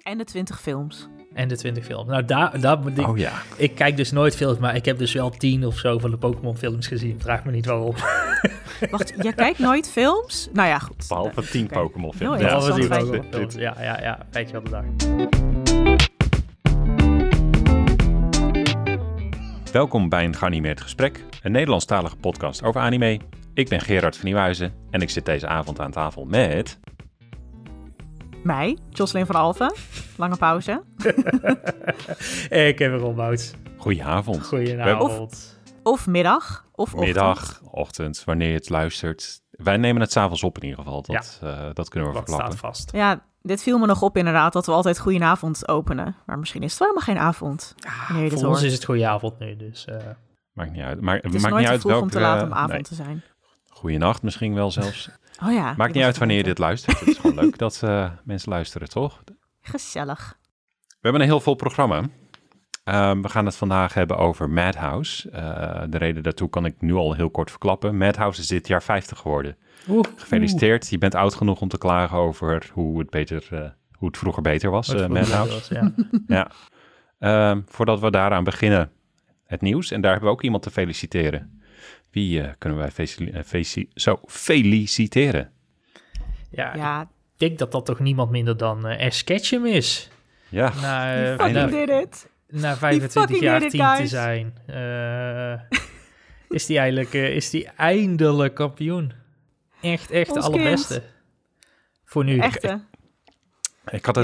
En de 20 films. En de 20 films. Nou, daar moet ik... Oh ja. Ik kijk dus nooit films, maar ik heb dus wel 10 of zo van de Pokémon films gezien. Vraag me niet waarom. Wacht, jij kijkt nooit films? Nou ja, goed. Behalve 10 Oké. Pokémon films. Heel Behalve die interessant Pokémon feitje. films. Ja. Feitje van de dag. Welkom bij een geanimeerd gesprek, een Nederlandstalige podcast over anime. Ik ben Gerard van Nieuwhuizen en ik zit deze avond aan tafel met... Mij, Jocelyn van Alphen. Lange pauze. Ik heb er Ron. Goedenavond. Goedenavond. Of middag. Of ochtend. Middag, ochtend, wanneer je het luistert. Wij nemen het 's avonds op in ieder geval, dat kunnen we Dat verklappen. staat vast. Ja, dit viel me nog op inderdaad, dat we altijd goedenavond openen. Maar misschien is het wel helemaal geen avond. Wanneer je dit Voor ons hoort. is het goeie nu, dus... Maakt niet uit. Maar Het is maakt nooit niet te uit vroeg welke... om te laat om avond nee. te zijn. Goeienacht misschien wel zelfs. Oh ja. Maakt niet uit wanneer je dit luistert. Het is gewoon leuk dat mensen luisteren, toch? Gezellig. We hebben een heel vol programma. We gaan het vandaag hebben over Madhouse. De reden daartoe kan ik nu al heel kort verklappen. Madhouse is dit jaar 50 geworden. Gefeliciteerd. Je bent oud genoeg om te klagen over hoe het vroeger beter was, Madhouse. Ja. Voordat we daaraan beginnen, het nieuws. En daar hebben we ook iemand te feliciteren. Wie kunnen wij feliciteren? Ja, Ik denk dat toch niemand minder dan Ash Ketchum is. Ja, you fucking eindelijk. did it. Na fucking 25 jaar did it, 10 te guys. zijn. Is die eindelijk kampioen. Echt de Ons allerbeste. Voor nu. Echte. ik had het...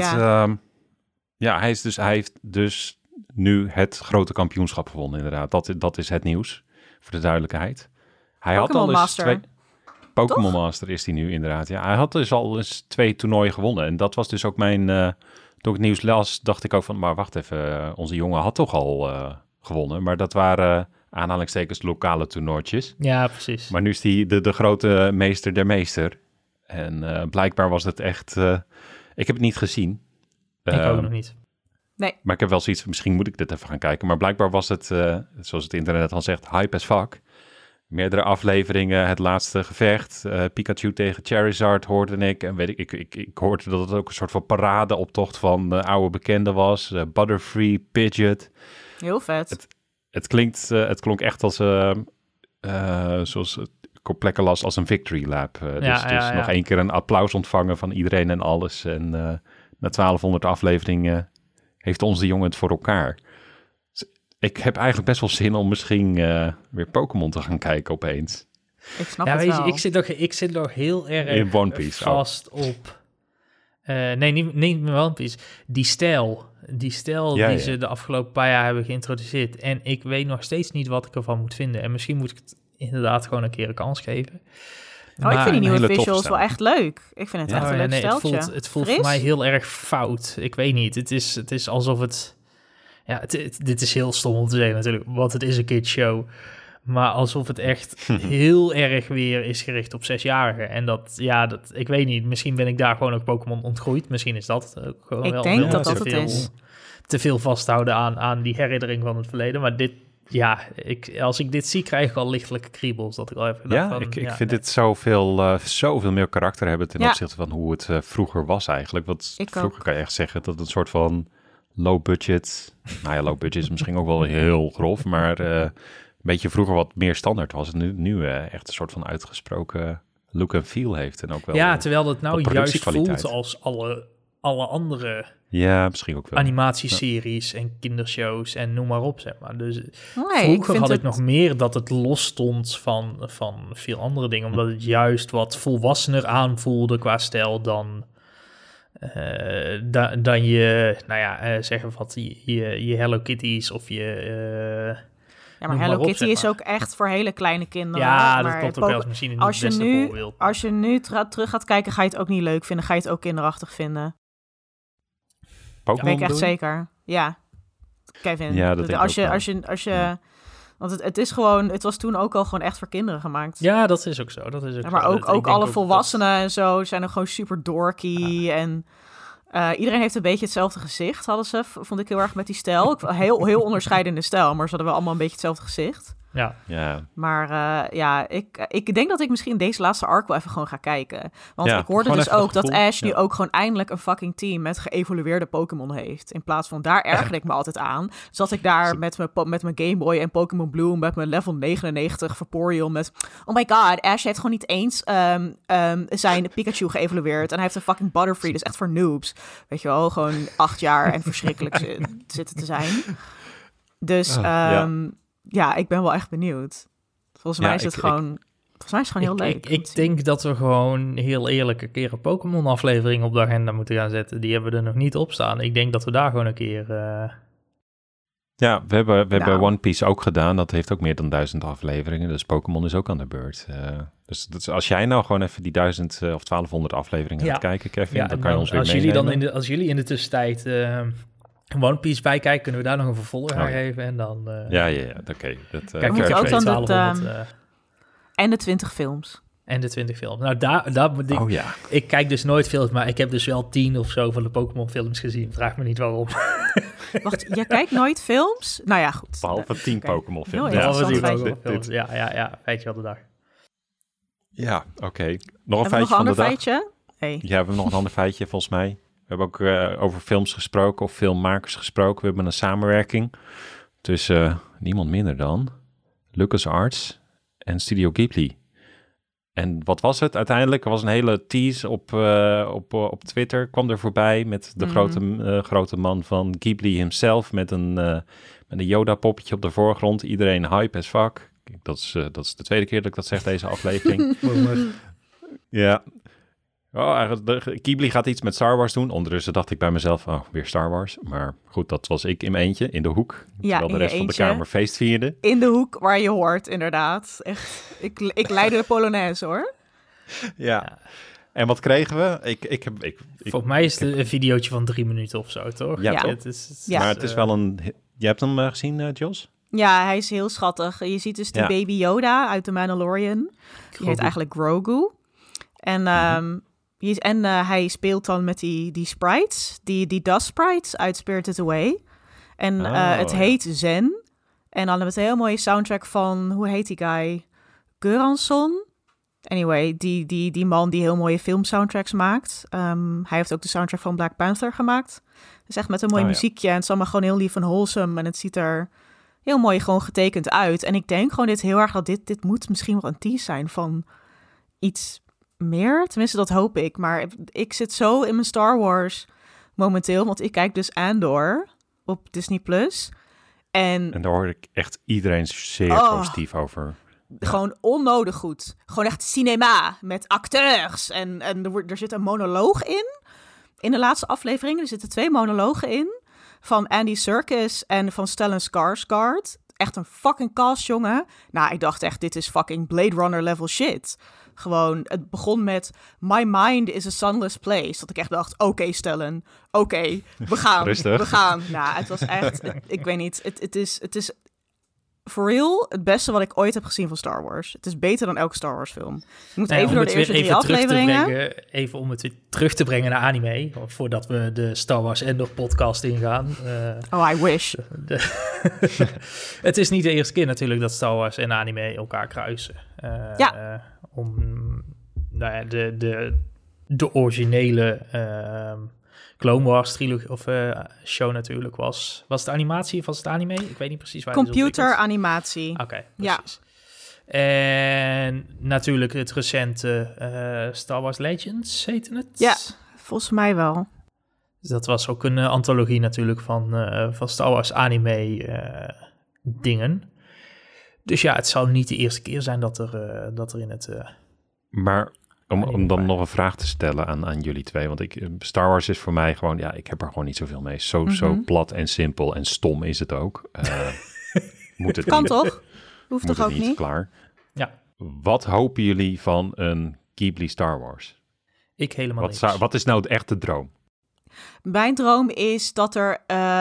hij heeft dus nu het grote kampioenschap gewonnen, inderdaad. Dat is het nieuws, voor de duidelijkheid. Hij had Pokémon al eens Master. Pokémon Master is hij nu, inderdaad. Ja, hij had dus al eens 2 toernooien gewonnen. En dat was dus ook mijn... toen ik het nieuws las, dacht ik ook van... Maar wacht even, onze jongen had toch al gewonnen. Maar dat waren aanhalingstekens lokale toernooitjes. Ja, precies. Maar nu is hij de grote meester der meester. En blijkbaar was het echt... ik heb het niet gezien. Ik ook nog niet. Maar ik heb wel zoiets, misschien moet ik dit even gaan kijken. Maar blijkbaar was het, zoals het internet al zegt, hype as fuck. Meerdere afleveringen, het laatste gevecht. Pikachu tegen Charizard hoorde ik. En ik hoorde dat het ook een soort van paradeoptocht van oude bekenden was. Butterfree, Pidgeot. Heel vet. Het klonk echt als, zoals ik op plekken las, als een victory lap. Dus nog 1 keer een applaus ontvangen van iedereen en alles. En na 1200 afleveringen heeft onze jongen het voor elkaar. Ik heb eigenlijk best wel zin om misschien weer Pokémon te gaan kijken opeens. Ik snap Ja, het weet je, wel. ik zit nog heel erg In One Piece, vast op... nee, niet in One Piece. Die stijl die ze de afgelopen paar jaar hebben geïntroduceerd. En ik weet nog steeds niet wat ik ervan moet vinden. En misschien moet ik het inderdaad gewoon een keer een kans geven. Ik vind die nieuwe hele toffe visuals stijl. wel echt leuk. Ik vind het echt een leuk steltje. Het voelt Fris. voor mij heel erg fout. Ik weet niet. Het is alsof het... Ja, dit is heel stom om te zeggen natuurlijk, want het is een kidshow. Maar alsof het echt heel erg weer is gericht op 6-jarigen. En ik weet niet. Misschien ben ik daar gewoon ook Pokémon ontgroeid. Misschien is dat ook gewoon Ik wel denk dat te het veel, is. te veel vasthouden aan die herinnering van het verleden. Maar dit, als ik dit zie, krijg ik al lichtelijke kriebels. Dat ik al even dacht van, Ik vind dit zoveel meer karakter hebben ten Ja. opzichte van hoe het vroeger was eigenlijk. Want Ik vroeger ook. kan je echt zeggen dat het een soort van low budget... Nou ja, low budget is misschien ook wel heel grof, maar een beetje vroeger wat meer standaard was. En nu echt een soort van uitgesproken look en feel heeft. En ook wel, Ja, terwijl het nou wat juist productiekwaliteit. voelt als alle andere Ja, misschien ook wel. animatieseries en kindershows en noem maar op, zeg maar. Dus Nee, vroeger had ik het... nog meer dat het los stond van veel andere dingen, omdat het juist wat volwassener aanvoelde qua stijl dan je, zeggen wat, je Hello Kitties of je... Ja, maar noem Hello maar op, Kitty zeg is maar. ook echt voor hele kleine kinderen. Ja, maar dat klopt ook wel eens misschien niet het beste voorbeeld. Als je nu terug gaat kijken, ga je het ook niet leuk vinden. Ga je het ook kinderachtig vinden. Dat Pokémon weet ik echt bedoel je? zeker. Ja, Kevin. Ja, dat denk ik ook wel. Als je want het is gewoon, het was toen ook al gewoon echt voor kinderen gemaakt. Ja, dat is ook zo. Ja, maar ook alle volwassenen en zo zijn er gewoon super dorky en iedereen heeft een beetje hetzelfde gezicht, hadden ze. Vond ik heel erg met die stijl. Heel onderscheidende stijl, maar ze hadden wel allemaal een beetje hetzelfde gezicht. Ja. Maar ik denk dat ik misschien deze laatste arc wel even gewoon ga kijken. Want ik hoorde gewoon dus even ook dat gevoel. Ash nu ook gewoon eindelijk een fucking team met geëvolueerde Pokémon heeft. In plaats van, daar ergerde ik me altijd aan. Zat ik daar met mijn Game Boy en Pokémon Blue met mijn level 99 Vaporeon met... Oh my god, Ash heeft gewoon niet eens zijn Pikachu geëvolueerd. En hij heeft een fucking Butterfree, dus echt voor noobs. Weet je wel, gewoon 8 jaar en verschrikkelijk zitten te zijn. Dus ik ben wel echt benieuwd. Volgens mij is het gewoon heel leuk. Ik denk dat we gewoon heel eerlijk een keer een Pokémon-aflevering op de agenda moeten gaan zetten. Die hebben we er nog niet op staan. Ik denk dat we daar gewoon een keer... Ja, we hebben One Piece ook gedaan. Dat heeft ook meer dan 1000 afleveringen. Dus Pokémon is ook aan de beurt. Dus als jij nou gewoon even die 1000 of 1200 afleveringen gaat kijken, Kevin, dan kan je ons weer meenemen. Als jullie in de tussentijd One Piece bijkijken, kunnen we daar nog een vervolg aan geven. En dan... Oké. We moeten ook dan en de 20 films. En de 20 films. Nou, daar moet ik... Ik kijk dus nooit films, maar ik heb dus wel 10 of zo van de Pokémon films gezien. Vraag me niet waarom. Wacht, jij kijkt nooit films? Nou ja, goed. Behalve 10 Pokémon films. Behalve 10 Pokémon films. Ja, feitje van de dag. Ja, oké. Nog een feitje van de dag. Feitje? Hey. Ja, we hebben nog een ander feitje volgens mij. We hebben ook over films gesproken of filmmakers gesproken. We hebben een samenwerking tussen niemand minder dan LucasArts en Studio Ghibli. En wat was het uiteindelijk? Er was een hele tease op Twitter, kwam er voorbij met de grote man van Ghibli himself met een Yoda-poppetje op de voorgrond. Iedereen hype as fuck. Dat is de tweede keer dat ik dat zeg, deze aflevering. Ja. Ghibli gaat iets met Star Wars doen. Ondertussen dacht ik bij mezelf, weer Star Wars. Maar goed, dat was ik in mijn eentje, in de hoek. Terwijl de rest van de kamer feest vierde. In de hoek waar je hoort, inderdaad. Echt, ik leidde de Polonaise, hoor. Ja. En wat kregen we? Volgens mij is het een videootje van 3 minuten of zo, toch? Ja, toch? Maar het is wel een... Je hebt hem gezien, Jos? Ja, hij is heel schattig. Je ziet dus die baby Yoda uit The Mandalorian. Die heet eigenlijk Grogu. En... hij speelt dan met die sprites, die dust sprites uit Spirited Away. En het heet Zen. En dan hebben we een heel mooie soundtrack van, hoe heet die guy? Göransson? Anyway, die man die heel mooie filmsoundtracks maakt. Hij heeft ook de soundtrack van Black Panther gemaakt. Dus echt met een mooi muziekje. En het is allemaal gewoon heel lief en wholesome. En het ziet er heel mooi gewoon getekend uit. En ik denk gewoon heel erg dat dit moet misschien wel een tease zijn van iets meer. Tenminste, dat hoop ik. Maar ik zit zo in mijn Star Wars momenteel. Want ik kijk dus Andor op Disney+. En daar hoor ik echt iedereen zeer positief over. Gewoon onnodig goed. Gewoon echt cinema met acteurs. En er zit een monoloog in de laatste aflevering. Er zitten 2 monologen in. Van Andy Serkis en van Stellan Skarsgård. Echt een fucking cast, jongen. Nou, ik dacht echt, dit is fucking Blade Runner level shit. Gewoon, het begon met My mind is a sunless place. Dat ik echt dacht, oké, Stellan. Oké, we gaan. Rustig. We gaan. Nou, het was echt, ik weet niet. Het is for real het beste wat ik ooit heb gezien van Star Wars. Het is beter dan elke Star Wars film. Je moet even door de eerste 3 afleveringen. Even om het weer terug te brengen naar anime. Voordat we de Star Wars Endor podcast ingaan. I wish. Het is niet de eerste keer natuurlijk dat Star Wars en anime elkaar kruisen. Om de originele Clone Wars trilogie of show natuurlijk was het animatie of was het anime? Ik weet niet precies waar. Computeranimatie. Oké, precies. Ja. En natuurlijk het recente Star Wars Legends heette het. Ja, volgens mij wel. Dus dat was ook een antologie natuurlijk van Star Wars anime dingen. Dus ja, het zal niet de eerste keer zijn dat er in het... Maar om dan nog een vraag te stellen aan jullie twee. Want Star Wars is voor mij gewoon... Ja, ik heb er gewoon niet zoveel mee. Zo plat en simpel en stom is het ook. Moet het kan niet, toch? Hoeft toch ook niet? Klaar. Ja. Wat hopen jullie van een Ghibli Star Wars? Ik helemaal niet. Wat is nou de echte droom? Mijn droom is dat er...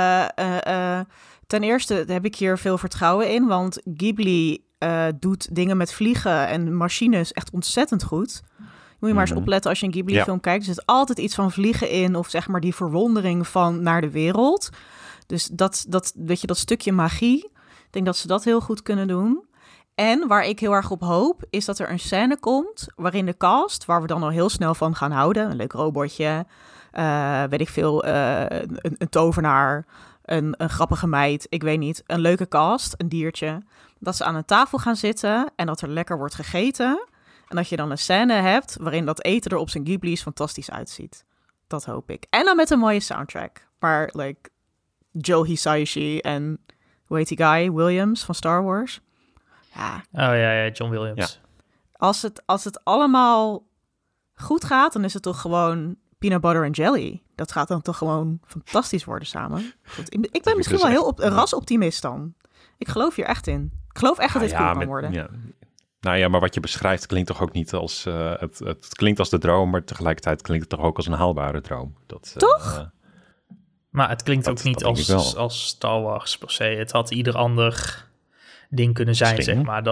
ten eerste heb ik hier veel vertrouwen in. Want Ghibli doet dingen met vliegen en machines echt ontzettend goed. Moet je maar eens opletten als je een Ghibli-film kijkt. Er zit altijd iets van vliegen in. Of zeg maar die verwondering van naar de wereld. Dus dat stukje magie. Ik denk dat ze dat heel goed kunnen doen. En waar ik heel erg op hoop, is dat er een scène komt waarin de cast, waar we dan al heel snel van gaan houden, een leuk robotje, weet ik veel, een tovenaar, een grappige meid, ik weet niet, een leuke cast, een diertje, dat ze aan een tafel gaan zitten en dat er lekker wordt gegeten. En dat je dan een scène hebt waarin dat eten er op zijn Ghibli's fantastisch uitziet. Dat hoop ik. En dan met een mooie soundtrack. Maar, like, Joe Hisaishi en, hoe heet die guy? Williams van Star Wars. Ja. Oh ja, John Williams. Ja. Als het allemaal goed gaat, dan is het toch gewoon peanut butter en jelly. Dat gaat dan toch gewoon fantastisch worden samen. Goed, ik ben misschien wel heel rasoptimist dan. Ik geloof hier echt in. Ik geloof echt dat dit cool kan worden. Ja. Nou ja, maar wat je beschrijft klinkt toch ook niet als... het klinkt als de droom, maar tegelijkertijd klinkt het toch ook als een haalbare droom. Toch? Maar het klinkt ook niet als Star Wars per se. Het had ieder ander ding kunnen zijn, zeg maar.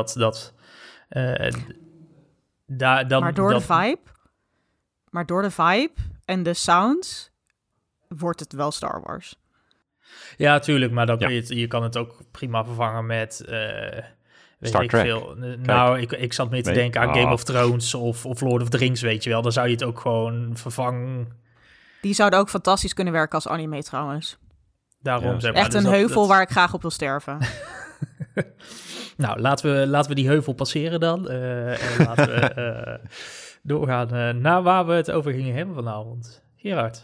Maar door de vibe en de sound wordt het wel Star Wars. Ja, tuurlijk, maar dan kun je kan het ook prima vervangen met... Star Trek. Nou, ik zat mee te denken aan Game of Thrones of Lord of the Rings, weet je wel. Dan zou je het ook gewoon vervangen. Die zouden ook fantastisch kunnen werken als anime trouwens. Daarom zeg maar. Echt een heuvel waar ik graag op wil sterven. Nou, laten we die heuvel passeren dan. En laten we doorgaan naar waar we het over gingen hebben vanavond. Gerard.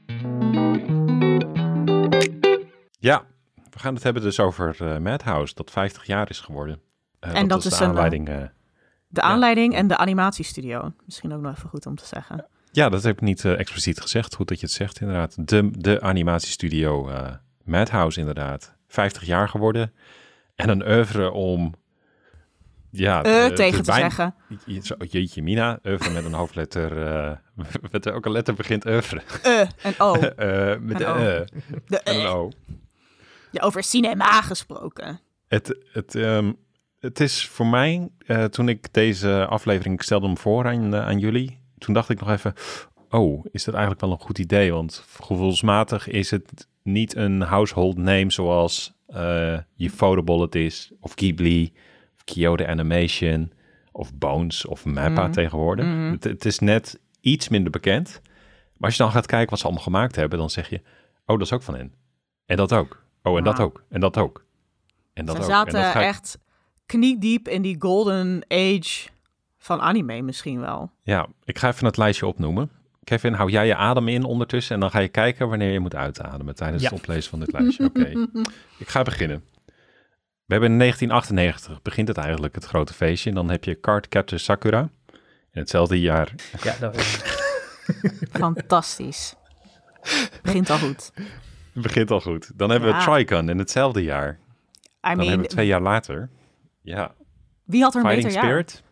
Ja, we gaan het hebben dus over Madhouse, dat 50 jaar is geworden. En dat is de aanleiding. De aanleiding en de animatiestudio. Misschien ook nog even goed om te zeggen. Ja, dat heb ik niet expliciet gezegd. Goed dat je het zegt, inderdaad. De animatiestudio Madhouse, inderdaad. 50 jaar geworden. En een oeuvre om... Ja, tegen te zeggen. Jeetje mina, oeuvre met een hoofdletter... met elke letter begint oeuvre. En O. Met de en een O. Ja, over cinema gesproken. Het is voor mij, toen ik deze aflevering, ik stelde hem voor aan jullie, toen dacht ik nog even, is dat eigenlijk wel een goed idee? Want gevoelsmatig is het niet een household name zoals Ufotable is, of Ghibli, of Kyoto Animation, of Bones, of Mappa tegenwoordig. Mm-hmm. Het is net iets minder bekend. Maar als je dan gaat kijken wat ze allemaal gemaakt hebben, dan zeg je, dat is ook van hen. En dat ook. En dat ook. En dat ook. En dat ze ook. Zaten echt kniediep in die golden age van anime misschien wel. Ja, ik ga even het lijstje opnoemen. Kevin, hou jij je adem in ondertussen en dan ga je kijken wanneer je moet uitademen tijdens het oplezen van dit lijstje. Oké. Ik ga beginnen. We hebben in 1998 begint het eigenlijk, het grote feestje. En dan heb je Cardcaptor Sakura. In hetzelfde jaar. Ja, dat is... Fantastisch. Begint al goed. Het begint al goed. Dan hebben we Trigun in hetzelfde jaar. Dan hebben we 2 jaar later. Ja. Wie had er een Fighting beter Spirit.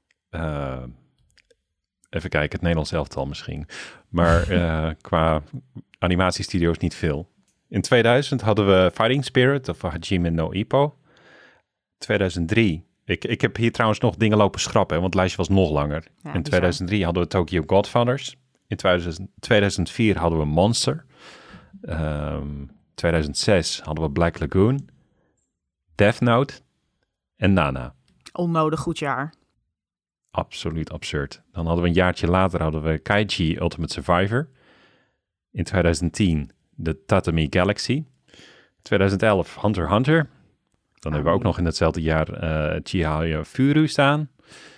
Even kijken, het Nederlands elftal misschien. Maar qua animatiestudio's niet veel. In 2000 hadden we Fighting Spirit of Hajime no Ippo. 2003. Ik heb hier trouwens nog dingen lopen schrappen, want het lijstje was nog langer. Ja, in 2003 hadden we Tokyo Godfathers. In 2004 hadden we Monster. 2006 hadden we Black Lagoon, Death Note en Nana. Onnodig goed jaar. Absoluut absurd. Dan hadden we een jaartje later hadden we Kaiji Ultimate Survivor. In 2010 de Tatami Galaxy. 2011 Hunter x Hunter. Dan hebben we ook nog in hetzelfde jaar Chihaya Furu staan.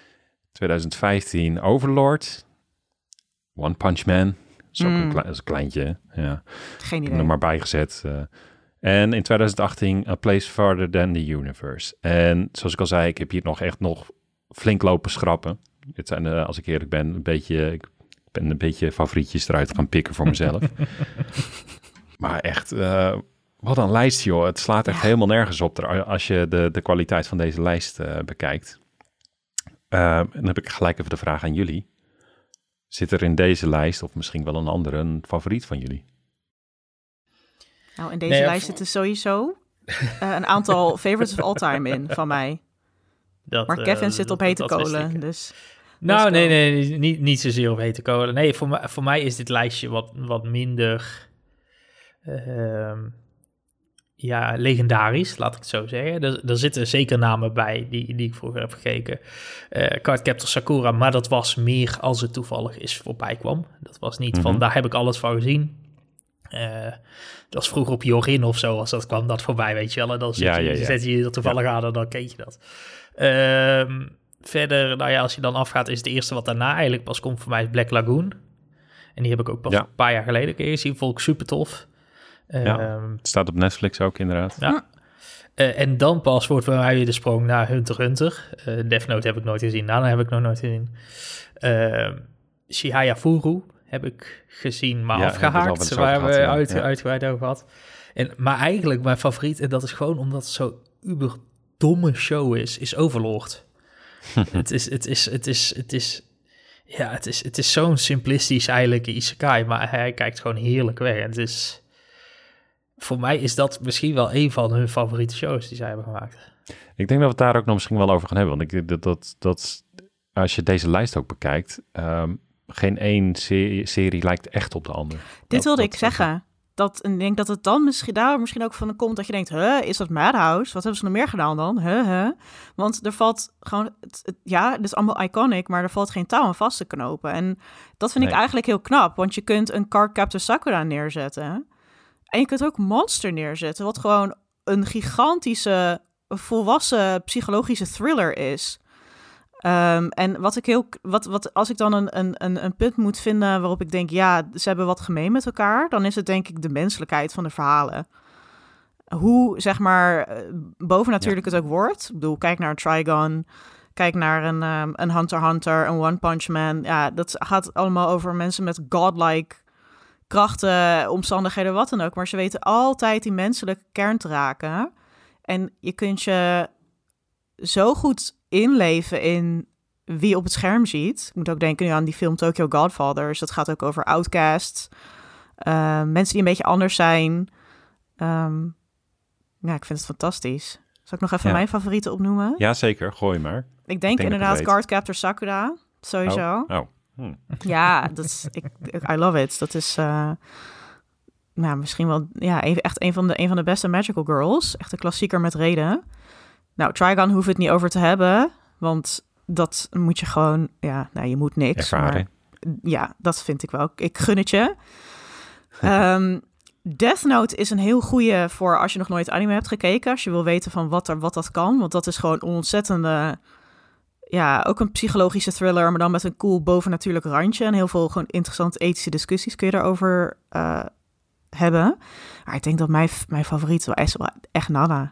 2015 Overlord. One Punch Man. Dat is ook een kleintje. Ja. Geen idee. Ik heb er maar bijgezet. En in 2018 A Place Farther Than the Universe. En zoals ik al zei, ik heb hier nog flink lopen schrappen. Dit zijn, als ik eerlijk ben, ik ben een beetje favorietjes eruit gaan pikken voor mezelf. Maar echt, wat een lijst, joh. Het slaat echt helemaal nergens op als je de kwaliteit van deze lijst bekijkt. En dan heb ik gelijk even de vraag aan jullie. Zit er in deze lijst, of misschien wel een andere, een favoriet van jullie? Nou, in deze lijst zitten sowieso een aantal favorites of all time in van mij. Maar Kevin zit op hete kolen, dus... Nou, nee, niet zozeer op hete kolen. Nee, voor mij is dit lijstje wat minder legendarisch, laat ik het zo zeggen. Er zitten zeker namen bij die ik vroeger heb gekeken. Cardcaptor Sakura, maar dat was meer als het toevallig is voorbij kwam. Dat was niet van, daar heb ik alles van gezien. Dat was vroeger op Jorin of zo, als dat kwam dat voorbij, weet je wel. En dan zet je er toevallig aan en dan keek je dat. Verder, nou ja, als je dan afgaat, is het eerste wat daarna eigenlijk pas komt voor mij is Black Lagoon. En die heb ik ook pas een paar jaar geleden een keer gezien. Vond ik super tof. Het staat op Netflix ook inderdaad. Ja. En dan pas wordt bij mij weer de sprong naar Hunter x Hunter. Death Note heb ik nooit gezien. Nana heb ik nog nooit gezien. Chihaya Furu heb ik gezien, maar afgehaakt. Waar we uitgebreid over gehad. Maar eigenlijk mijn favoriet, en dat is gewoon omdat het zo uber domme show is Overlord. Het is zo'n simplistisch eigenlijk isekai, maar hij kijkt gewoon heerlijk weg. En voor mij is dat misschien wel een van hun favoriete shows die zij hebben gemaakt. Ik denk dat we het daar ook nog misschien wel over gaan hebben. Want ik denk dat als je deze lijst ook bekijkt, geen één serie lijkt echt op de ander. Dit wilde ik zeggen. Ik denk dat het dan misschien ook van komt dat je denkt, is dat Madhouse? Wat hebben ze nog meer gedaan dan? Want er valt gewoon, het is allemaal iconic, maar er valt geen touw aan vast te knopen. En dat vind ik eigenlijk heel knap, want je kunt een Cardcaptor Sakura neerzetten en je kunt ook Monster neerzetten, wat gewoon een gigantische, volwassen psychologische thriller is. En als ik dan een punt moet vinden waarop ik denk, ja, ze hebben wat gemeen met elkaar, dan is het denk ik de menselijkheid van de verhalen. Hoe, zeg maar, bovennatuurlijk het ook wordt. Ik bedoel, kijk naar een Trigun, kijk naar een Hunter x Hunter, een One Punch Man. Ja, dat gaat allemaal over mensen met godlike krachten, omstandigheden, wat dan ook. Maar ze weten altijd die menselijke kern te raken. En je kunt je zo goed inleven in wie op het scherm ziet. Ik moet ook denken nu aan die film Tokyo Godfathers. Dat gaat ook over outcasts. Mensen die een beetje anders zijn. Ik vind het fantastisch. Zal ik nog even mijn favorieten opnoemen? Ja, zeker. Gooi maar. Ik denk inderdaad Cardcaptor Sakura. Sowieso. Ja, I love it. Dat is misschien wel echt een van de beste magical girls. Echt een klassieker met reden. Nou, Trigun hoef het niet over te hebben, want dat moet je gewoon, je moet niks. Ervaren. Maar ja, dat vind ik wel. Ik gun het je. Death Note is een heel goeie voor als je nog nooit anime hebt gekeken. Als je wil weten van wat dat kan, want dat is gewoon een ontzettende, ook een psychologische thriller, maar dan met een cool bovennatuurlijk randje en heel veel gewoon interessante ethische discussies kun je daarover hebben. Maar ik denk dat mijn favoriet wel is echt Nana.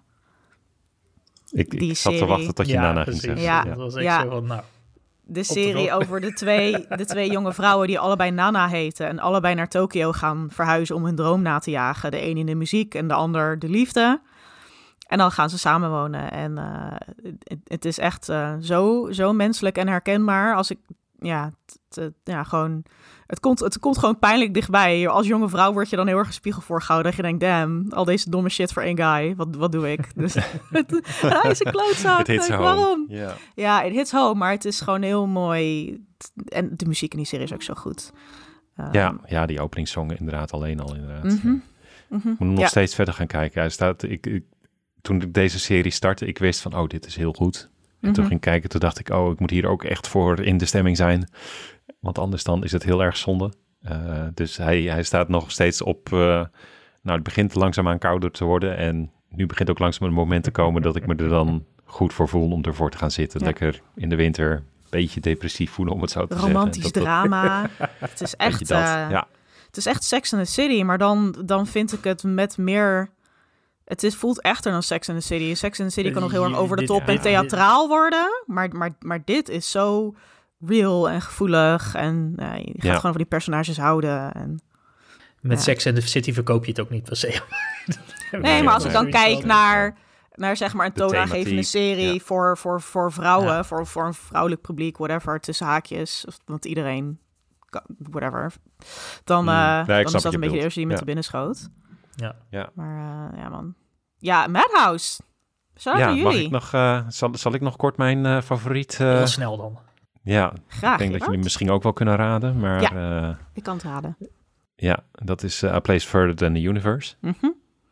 Ik zat te wachten tot je Nana ging zeggen. Ja, dat was echt zo van, de serie over de twee jonge vrouwen die allebei Nana heten en allebei naar Tokio gaan verhuizen om hun droom na te jagen. De een in de muziek en de ander de En dan gaan ze samenwonen. En het is echt zo menselijk en herkenbaar. Als ik, gewoon... Het komt gewoon pijnlijk dichtbij. Als jonge vrouw word je dan heel erg een spiegel voorgehouden. Dat je denkt, damn, al deze domme shit voor één guy. Wat doe ik? Dus hij is een klootzak. It hits home. Waarom? Yeah. Ja, it hits home. Maar het is gewoon heel mooi. En de muziek in die serie is ook zo goed. Die openingssong inderdaad alleen al inderdaad. Moet nog steeds verder gaan kijken. Hij staat... Toen ik deze serie startte, ik wist van, dit is heel goed. En toen ging ik kijken, toen dacht ik, ik moet hier ook echt voor in de stemming zijn. Want anders dan is het heel erg zonde. Dus hij staat nog steeds op... het begint langzaamaan kouder te worden. En nu begint ook langzaam een moment te komen dat ik me er dan goed voor voel om ervoor te gaan zitten. Ja. Lekker in de winter een beetje depressief voelen, om het zo te zeggen. Romantisch drama. Het is echt... Het is echt Sex and the City, maar dan vind ik het met meer... Het voelt echter dan Sex and the City. Sex and the City kan nog heel erg over de top en theatraal worden. Maar dit is zo real en gevoelig. En je gaat gewoon van die personages houden. En, met Sex and the City verkoop je het ook niet per se. Nee, maar als ik dan kijk naar zeg maar een toonaangevende serie voor vrouwen, voor een vrouwelijk publiek, whatever, tussen haakjes, want iedereen, whatever. Dan is dat een beetje de eerste die me te binnen schoot. Ja. Maar man. Ja, Madhouse. Shout-out naar jullie. Mag ik nog, zal ik nog kort mijn favoriet... Heel snel dan. Ja, graag. Ik denk dat jullie misschien ook wel kunnen raden. Maar, ik kan het raden. Ja, dat is A Place Further Than the Universe.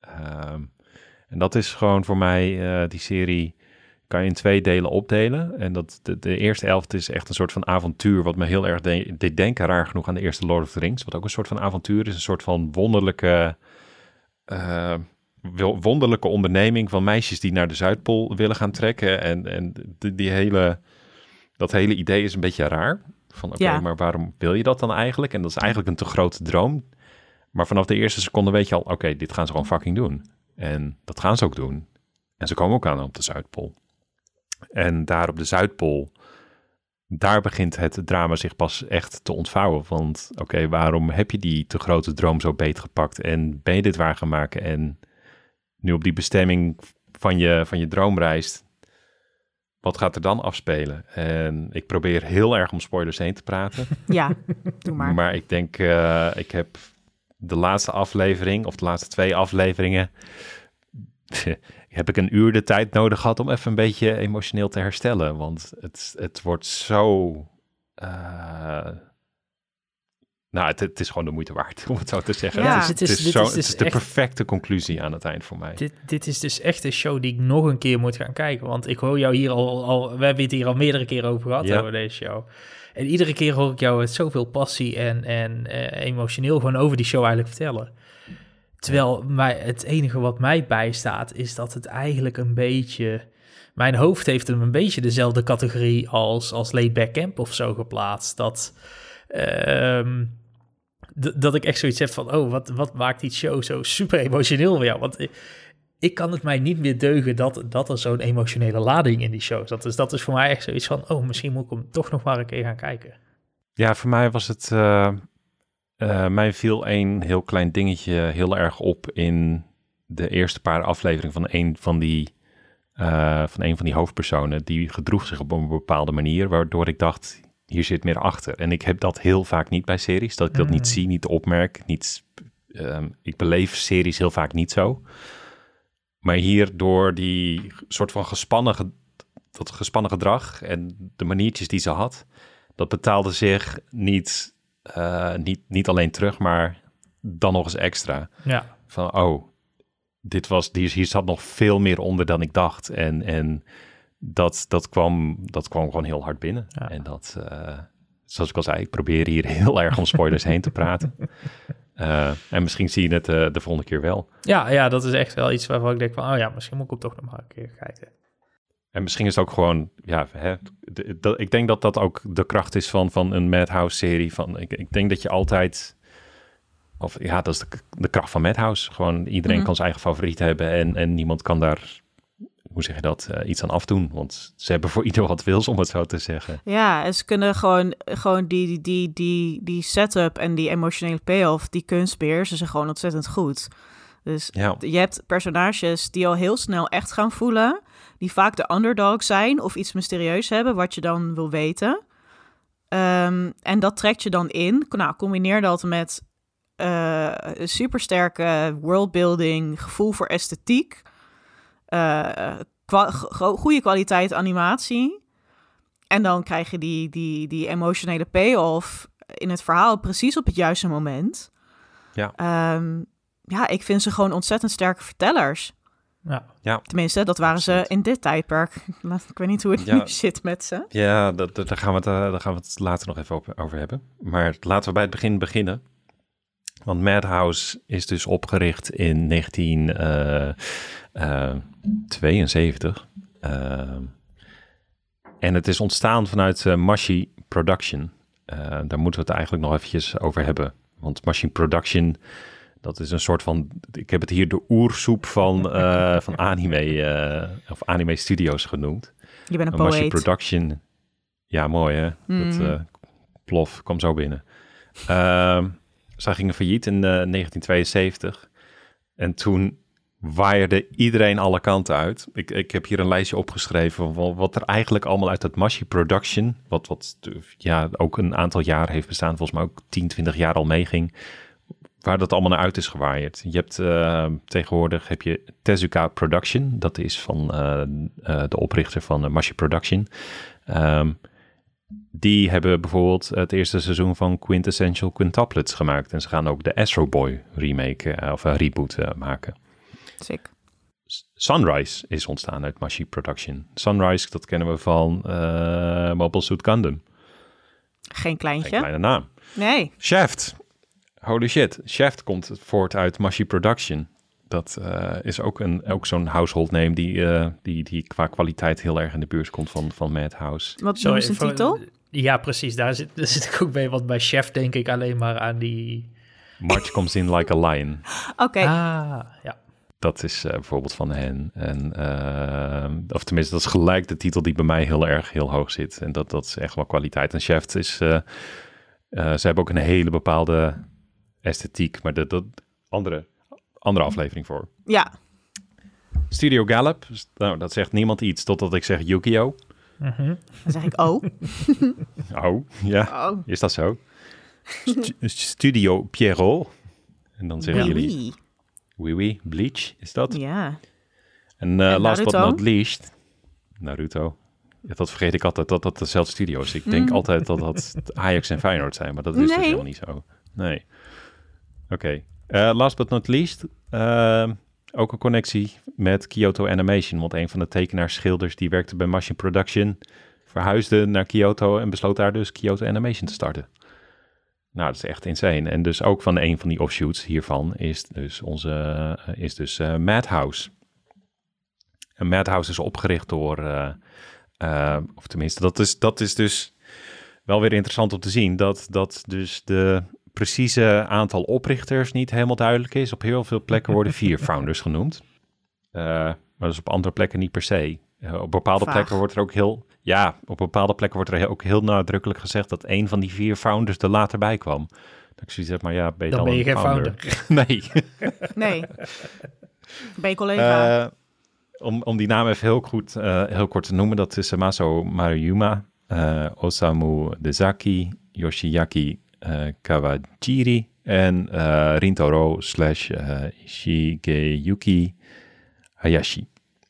En dat is gewoon voor mij, die serie kan je in 2 delen opdelen. En de eerste helft is echt een soort van avontuur, wat me heel erg deed denken, raar genoeg, aan de eerste Lord of the Rings. Wat ook een soort van avontuur is, een soort van wonderlijke onderneming van meisjes die naar de Zuidpool willen gaan trekken. En dat hele idee is een beetje raar. Van oké, maar waarom wil je dat dan eigenlijk? En dat is eigenlijk een te grote droom. Maar vanaf de eerste seconde weet je al, oké, dit gaan ze gewoon fucking doen. En dat gaan ze ook doen. En ze komen ook aan op de Zuidpool. En daar op de Zuidpool, daar begint het drama zich pas echt te ontvouwen. Want oké, waarom heb je die te grote droom zo beetgepakt? En ben je dit waar gaan maken? En nu op die bestemming van je droomreis, wat gaat er dan afspelen? En ik probeer heel erg om spoilers heen te praten. Ja, doe maar. Maar ik denk, ik heb de laatste aflevering, of de laatste 2 afleveringen, heb ik een uur de tijd nodig gehad om even een beetje emotioneel te herstellen. Want het wordt zo... het is gewoon de moeite waard, om het zo te zeggen. Ja. Het is de perfecte conclusie aan het eind voor mij. Dit is dus echt een show die ik nog een keer moet gaan kijken. Want ik hoor jou hier al we hebben het hier al meerdere keren over gehad, over deze show. En iedere keer hoor ik jou met zoveel passie en emotioneel gewoon over die show eigenlijk vertellen. Terwijl het enige wat mij bijstaat is dat het eigenlijk een beetje... Mijn hoofd heeft hem een beetje dezelfde categorie als Laid Back Camp of zo geplaatst. Dat ik echt zoiets heb van, wat maakt die show zo super emotioneel voor jou? Want ik kan het mij niet meer deugen dat er zo'n emotionele lading in die show zat. Dus dat is voor mij echt zoiets van, misschien moet ik hem toch nog maar een keer gaan kijken. Ja, voor mij was het... mij viel een heel klein dingetje heel erg op in de eerste paar afleveringen van een van die hoofdpersonen. Die gedroeg zich op een bepaalde manier, waardoor ik dacht, hier zit meer achter. En ik heb dat heel vaak niet bij series, dat ik dat niet zie, niet opmerk. Ik beleef series heel vaak niet zo. Maar hier door die soort van gespannen gedrag en de maniertjes die ze had, dat betaalde zich niet alleen terug, maar dan nog eens extra. Ja. Van, hier zat nog veel meer onder dan ik dacht. En dat kwam gewoon heel hard binnen. Ja. En dat, zoals ik al zei, ik probeer hier heel erg om spoilers heen te praten. En misschien zie je het de volgende keer wel. Ja, dat is echt wel iets waarvan ik denk van, misschien moet ik hem toch nog maar een keer kijken. En misschien is het ook gewoon, ik denk dat dat ook de kracht is van een Madhouse-serie. Ik denk dat je altijd, dat is de kracht van Madhouse. Gewoon iedereen kan zijn eigen favoriet hebben en niemand kan daar, hoe zeg je dat, iets aan afdoen. Want ze hebben voor ieder wat wils, om het zo te zeggen. Ja, en ze kunnen gewoon die setup en die emotionele payoff, die kunst beheersen ze gewoon ontzettend goed. Dus je hebt personages die al heel snel echt gaan voelen, die vaak de underdog zijn of iets mysterieus hebben wat je dan wil weten. En dat trekt je dan in. Nou, combineer dat met supersterke worldbuilding, gevoel voor esthetiek, goede kwaliteit animatie. En dan krijg je die emotionele payoff in het verhaal precies op het juiste moment. Ja. Ik vind ze gewoon ontzettend sterke vertellers. Ja. Tenminste, dat waren ze in dit tijdperk. Ik weet niet hoe het nu zit met ze. Ja, daar gaan we het later nog even over hebben. Maar laten we bij het begin beginnen. Want Madhouse is dus opgericht in 1972. En het is ontstaan vanuit Mushi Production. Daar moeten we het eigenlijk nog eventjes over hebben. Want Mushi Production, dat is een soort van, ik heb het hier de oersoep van anime, of anime studios genoemd. Je bent een poëet. Mushi Production, ja mooi hè, dat plof, kwam zo binnen. Zij gingen failliet in 1972 en toen waaide iedereen alle kanten uit. Ik heb hier een lijstje opgeschreven van wat er eigenlijk allemaal uit dat Mushi Production, wat ook een aantal jaar heeft bestaan, volgens mij ook 10, 20 jaar al meeging, waar dat allemaal naar uit is gewaaid. Je hebt tegenwoordig heb je Tezuka Production, dat is van de oprichter van Mushi Production. Die hebben bijvoorbeeld het eerste seizoen van Quintessential Quintuplets gemaakt. En ze gaan ook de Astro Boy remake of reboot maken. Sick. Sunrise is ontstaan uit Mashi Production. Sunrise, dat kennen we van Mobile Suit Gundam. Geen kleintje. Geen kleine naam. Nee. Shaft. Holy shit. Shaft komt voort uit Mashi Production. Dat is ook zo'n household name die qua kwaliteit heel erg in de buurt komt van Madhouse. Wat is de titel? Ja, precies. Daar zit ik ook bij. Want bij Chef denk ik alleen maar aan die... March Comes In Like a Lion. Oké. Ja. Dat is bijvoorbeeld van hen. Of tenminste, dat is gelijk de titel die bij mij heel hoog zit. En dat is echt wel kwaliteit. En Shaft is... ze hebben ook een hele bepaalde esthetiek. Maar dat andere aflevering voor. Ja. Studio Gallop. Nou, dat zegt niemand iets totdat ik zeg Yu-Gi-Oh! Dan zeg ik oh. Oh, ja. Oh. Is dat zo? Studio Pierrot. En dan zeggen jullie... Oui, Bleach, is dat? Ja. En last but not least... Naruto. Ja, dat vergeet ik altijd, dat dezelfde studio is. Ik denk altijd dat Ajax en Feyenoord zijn, maar dat is dus helemaal niet zo. Nee. Oké. Last but not least... ook een connectie met Kyoto Animation. Want een van de tekenaars-schilders die werkte bij Machine Production... verhuisde naar Kyoto en besloot daar dus Kyoto Animation te starten. Nou, dat is echt insane. En dus ook van een van die offshoots hiervan is dus Madhouse. En Madhouse is opgericht door... of tenminste, dat is dus wel weer interessant om te zien... dat dus de precieze aantal oprichters niet helemaal duidelijk is. Op heel veel plekken worden 4 founders genoemd. Maar dus op andere plekken niet per se. Op bepaalde plekken wordt er ook heel nadrukkelijk gezegd dat een van die 4 founders er later bij kwam. Dat ik zoiets heb, maar ja, ben je dan ben je geen founder? Nee. Ben je collega? Om die naam even heel kort te noemen, dat is Maso Maruyama, Osamu Dezaki, Yoshiaki Kawajiri en Rintaro / Shigeyuki Hayashi.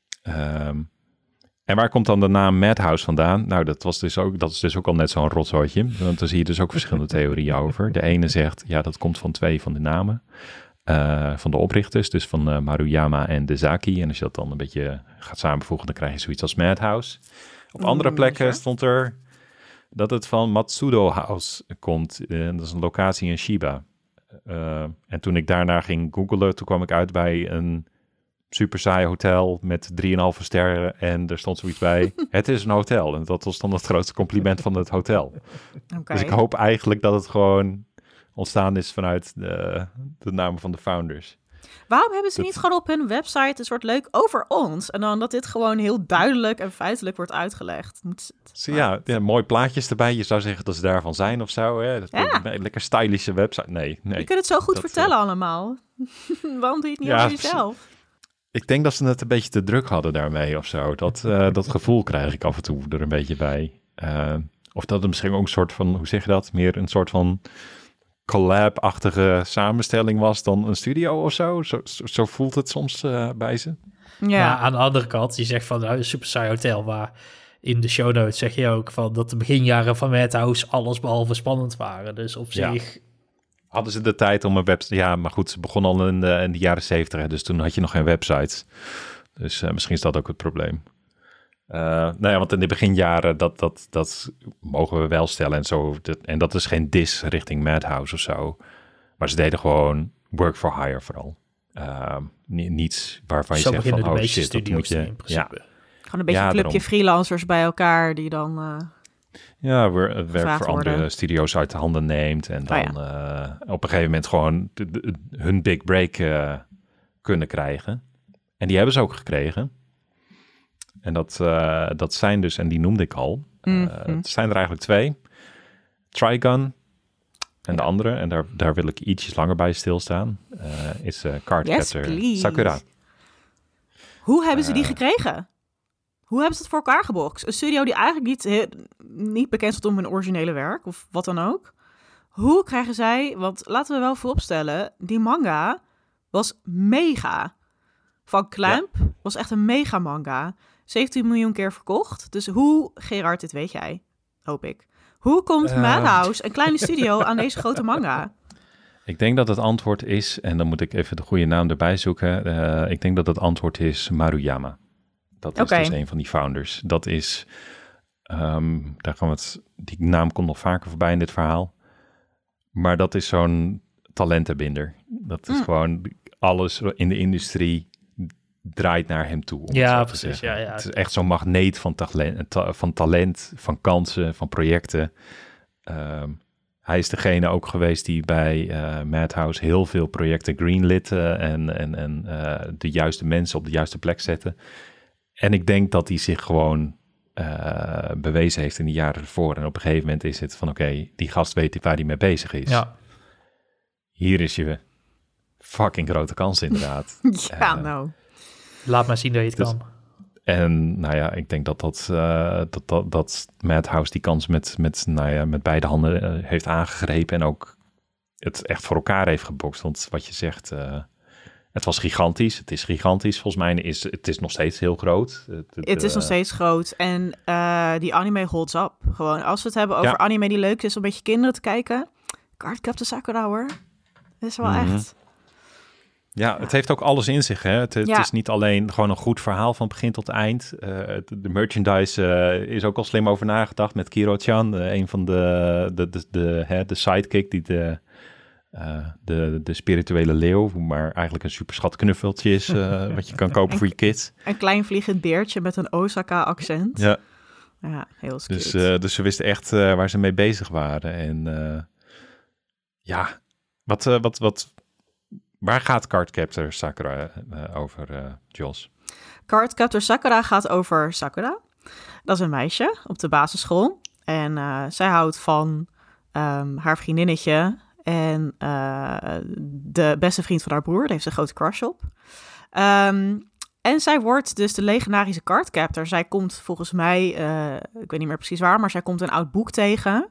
En waar komt dan de naam Madhouse vandaan? Nou, dat is dus ook al net zo'n rotzooitje. Want daar zie je dus ook verschillende theorieën over. De ene zegt, ja, dat komt van 2 van de namen. Van de oprichters, dus van Maruyama en Dezaki. En als je dat dan een beetje gaat samenvoegen, dan krijg je zoiets als Madhouse. Op andere plekken stond er dat het van Matsudo House komt. Dat is een locatie in Shiba. En toen ik daarna ging googlen, toen kwam ik uit bij een super saai hotel met 3,5 sterren. En er stond zoiets bij, het is een hotel. En dat was dan het grootste compliment van het hotel. Okay. Dus ik hoop eigenlijk dat het gewoon ontstaan is vanuit de namen van de founders. Waarom hebben ze niet gewoon op hun website een soort leuk over ons? En dan dat dit gewoon heel duidelijk en feitelijk wordt uitgelegd. Ja, mooi plaatjes erbij. Je zou zeggen dat ze daarvan zijn of zo. Hè? Een lekker stylische website. Nee. Je kunt het zo goed vertellen allemaal. Waarom doe je het niet over jezelf? Ik denk dat ze het een beetje te druk hadden daarmee of zo. Dat gevoel krijg ik af en toe er een beetje bij. Of dat het misschien ook een soort van, hoe zeg je dat? Meer een soort van collab-achtige samenstelling was dan een studio of zo. Zo voelt het soms bij ze. Ja, aan de andere kant, je zegt van een super saai hotel, maar in de show notes zeg je ook van dat de beginjaren van Madhouse alles behalve spannend waren. Dus op zich hadden ze de tijd om een website... Ja, maar goed, ze begonnen al in de jaren 70, hè, dus toen had je nog geen websites. Dus misschien is dat ook het probleem. Want in de beginjaren, dat mogen we wel stellen en zo. En dat is geen diss richting Madhouse of zo. Maar ze deden gewoon work for hire vooral. Niets waarvan je zegt van, oh shit, dat moet je... In principe. Gewoon een beetje een clubje freelancers bij elkaar die dan... het werk voor andere studio's uit de handen neemt. En dan op een gegeven moment gewoon hun big break kunnen krijgen. En die hebben ze ook gekregen. En dat zijn dus, en die noemde ik al. Het zijn er eigenlijk 2. Trigun en de andere, en daar wil ik ietsjes langer bij stilstaan, is Cardcaptor Sakura. Hoe hebben ze die gekregen? Hoe hebben ze het voor elkaar gebokst? Een studio die eigenlijk niet bekend stond om hun originele werk, of wat dan ook. Hoe krijgen zij, want laten we wel vooropstellen, die manga was mega. Van Clamp was echt een mega manga. 17 miljoen keer verkocht. Dus hoe, Gerard, dit weet jij, hoop ik. Hoe komt Madhouse, een kleine studio, aan deze grote manga? Ik denk dat het antwoord is, en dan moet ik even de goede naam erbij zoeken. Ik denk dat het antwoord is Maruyama. Dat is dus een van die founders. Dat is, daar gaan we die naam komt nog vaker voorbij in dit verhaal. Maar dat is zo'n talentenbinder. Dat is gewoon alles in de industrie draait naar hem toe. Ja, precies. Ja. Het is echt zo'n magneet van talent, van kansen, van projecten. Hij is degene ook geweest die bij Madhouse heel veel projecten greenlit en de juiste mensen op de juiste plek zetten. En ik denk dat hij zich gewoon bewezen heeft in de jaren ervoor. En op een gegeven moment is het van oké, die gast weet waar hij mee bezig is. Ja. Hier is je fucking grote kans inderdaad. Nou. Laat maar zien dat je het kan. En nou ja, ik denk dat Madhouse die kans met beide handen heeft aangegrepen en ook het echt voor elkaar heeft gebokst. Want wat je zegt, het was gigantisch. Het is gigantisch. Volgens mij is het nog steeds heel groot. Het is nog steeds groot. En die anime holds up. Gewoon, als we het hebben over anime die leuk is om met je kinderen te kijken. Cardcaptor Sakura hoor. Dat is wel echt... Ja, het heeft ook alles in zich. Hè? Het is niet alleen gewoon een goed verhaal van begin tot eind. De merchandise is ook al slim over nagedacht met Kiro-chan. Een van de sidekick die de spirituele leeuw, maar eigenlijk een superschat knuffeltje is wat je kan kopen voor je kids. Een klein vliegend beertje met een Osaka-accent. Ja, heel cute. Dus ze wisten echt waar ze mee bezig waren. En waar gaat Cardcaptor Sakura over, Jos? Cardcaptor Sakura gaat over Sakura. Dat is een meisje op de basisschool. En zij houdt van haar vriendinnetje en de beste vriend van haar broer. Daar heeft ze een grote crush op. En zij wordt dus de legendarische Cardcaptor. Zij komt volgens mij, ik weet niet meer precies waar, maar zij komt een oud boek tegen.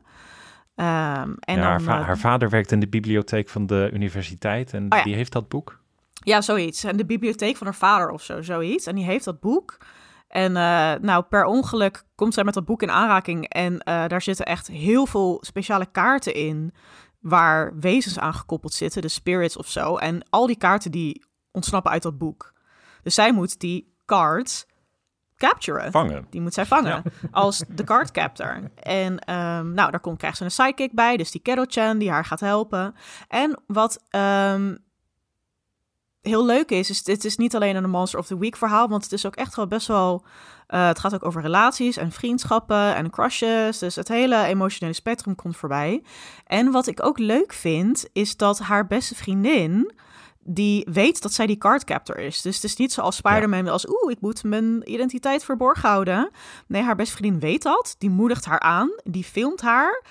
Haar vader werkt in de bibliotheek van de universiteit en die heeft dat boek. Ja, zoiets. En de bibliotheek van haar vader of zoiets. En die heeft dat boek. En per ongeluk komt zij met dat boek in aanraking. En daar zitten echt heel veel speciale kaarten in waar wezens aan gekoppeld zitten, de spirits of zo. En al die kaarten die ontsnappen uit dat boek. Dus zij moet die cards capturen. Vangen. Die moet zij vangen als de Cardcaptor. En daar krijgt ze een sidekick bij, dus die Kero-chan die haar gaat helpen. En wat heel leuk is dit is niet alleen een Monster of the Week verhaal, want het is ook echt wel best wel... het gaat ook over relaties en vriendschappen en crushes. Dus het hele emotionele spectrum komt voorbij. En wat ik ook leuk vind, is dat haar beste vriendin... die weet dat zij die Cardcaptor is. Dus het is niet zoals Spider-Man als... ik moet mijn identiteit verborgen houden. Nee, haar beste vriendin weet dat. Die moedigt haar aan. Die filmt haar.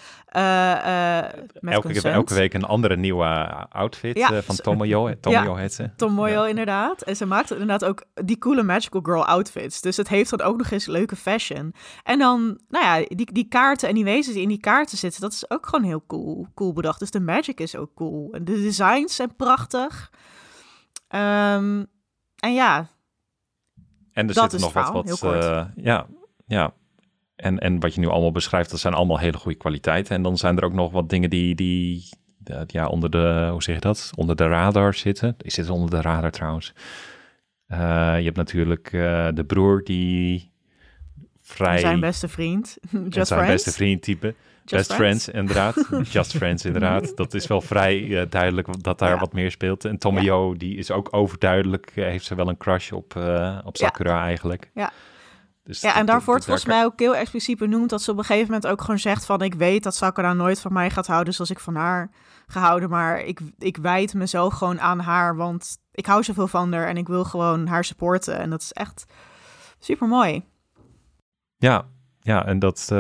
Elke week een andere nieuwe outfit van Tomoyo. Tomoyo heet ze. Tomoyo, inderdaad. En ze maakt inderdaad ook die coole magical girl outfits. Dus het heeft dan ook nog eens leuke fashion. En dan, die kaarten en die wezens die in die kaarten zitten... dat is ook gewoon heel cool bedacht. Dus de magic is ook cool. En de designs zijn prachtig. En er zit nog wat En wat je nu allemaal beschrijft, dat zijn allemaal hele goede kwaliteiten. En dan zijn er ook nog wat dingen die onder de, hoe zeg je dat? Onder de radar zitten. Is dit onder de radar trouwens? Je hebt natuurlijk de broer die vrij... Zijn beste vriend. Zijn beste vriend type. Best Friends, inderdaad. Just Friends, inderdaad. Dat is wel vrij duidelijk dat daar wat meer speelt. En Tomoyo, die is ook overduidelijk, heeft ze wel een crush op Sakura eigenlijk. Ja. Dus en daarvoor wordt volgens mij ook heel expliciet benoemd dat ze op een gegeven moment ook gewoon zegt van... ik weet dat Sakura nooit van mij gaat houden zoals ik van haar gehouden, maar ik wijd mezelf gewoon aan haar, want ik hou zoveel van haar en ik wil gewoon haar supporten. En dat is echt super mooi. Ja, en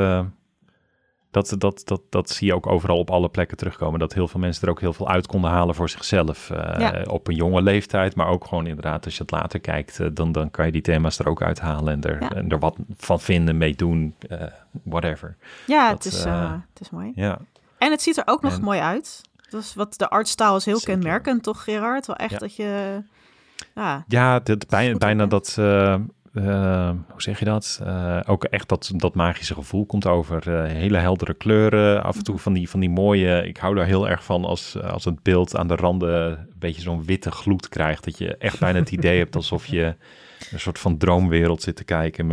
dat zie je ook overal op alle plekken terugkomen. Dat heel veel mensen er ook heel veel uit konden halen voor zichzelf. Op een jonge leeftijd, maar ook gewoon inderdaad als je het later kijkt... dan kan je die thema's er ook uithalen en er wat van vinden, mee doen, whatever. Ja, het is mooi. Ja. En het ziet er ook nog mooi uit. Dus wat de artstyle is heel kenmerkend, toch Gerard? Wel echt dat je... Ja, bijna dat... hoe zeg je dat? Ook echt dat magische gevoel komt over. Hele heldere kleuren, af en toe van die mooie... Ik hou daar heel erg van als het beeld aan de randen een beetje zo'n witte gloed krijgt. Dat je echt bijna het idee hebt alsof je een soort van droomwereld zit te kijken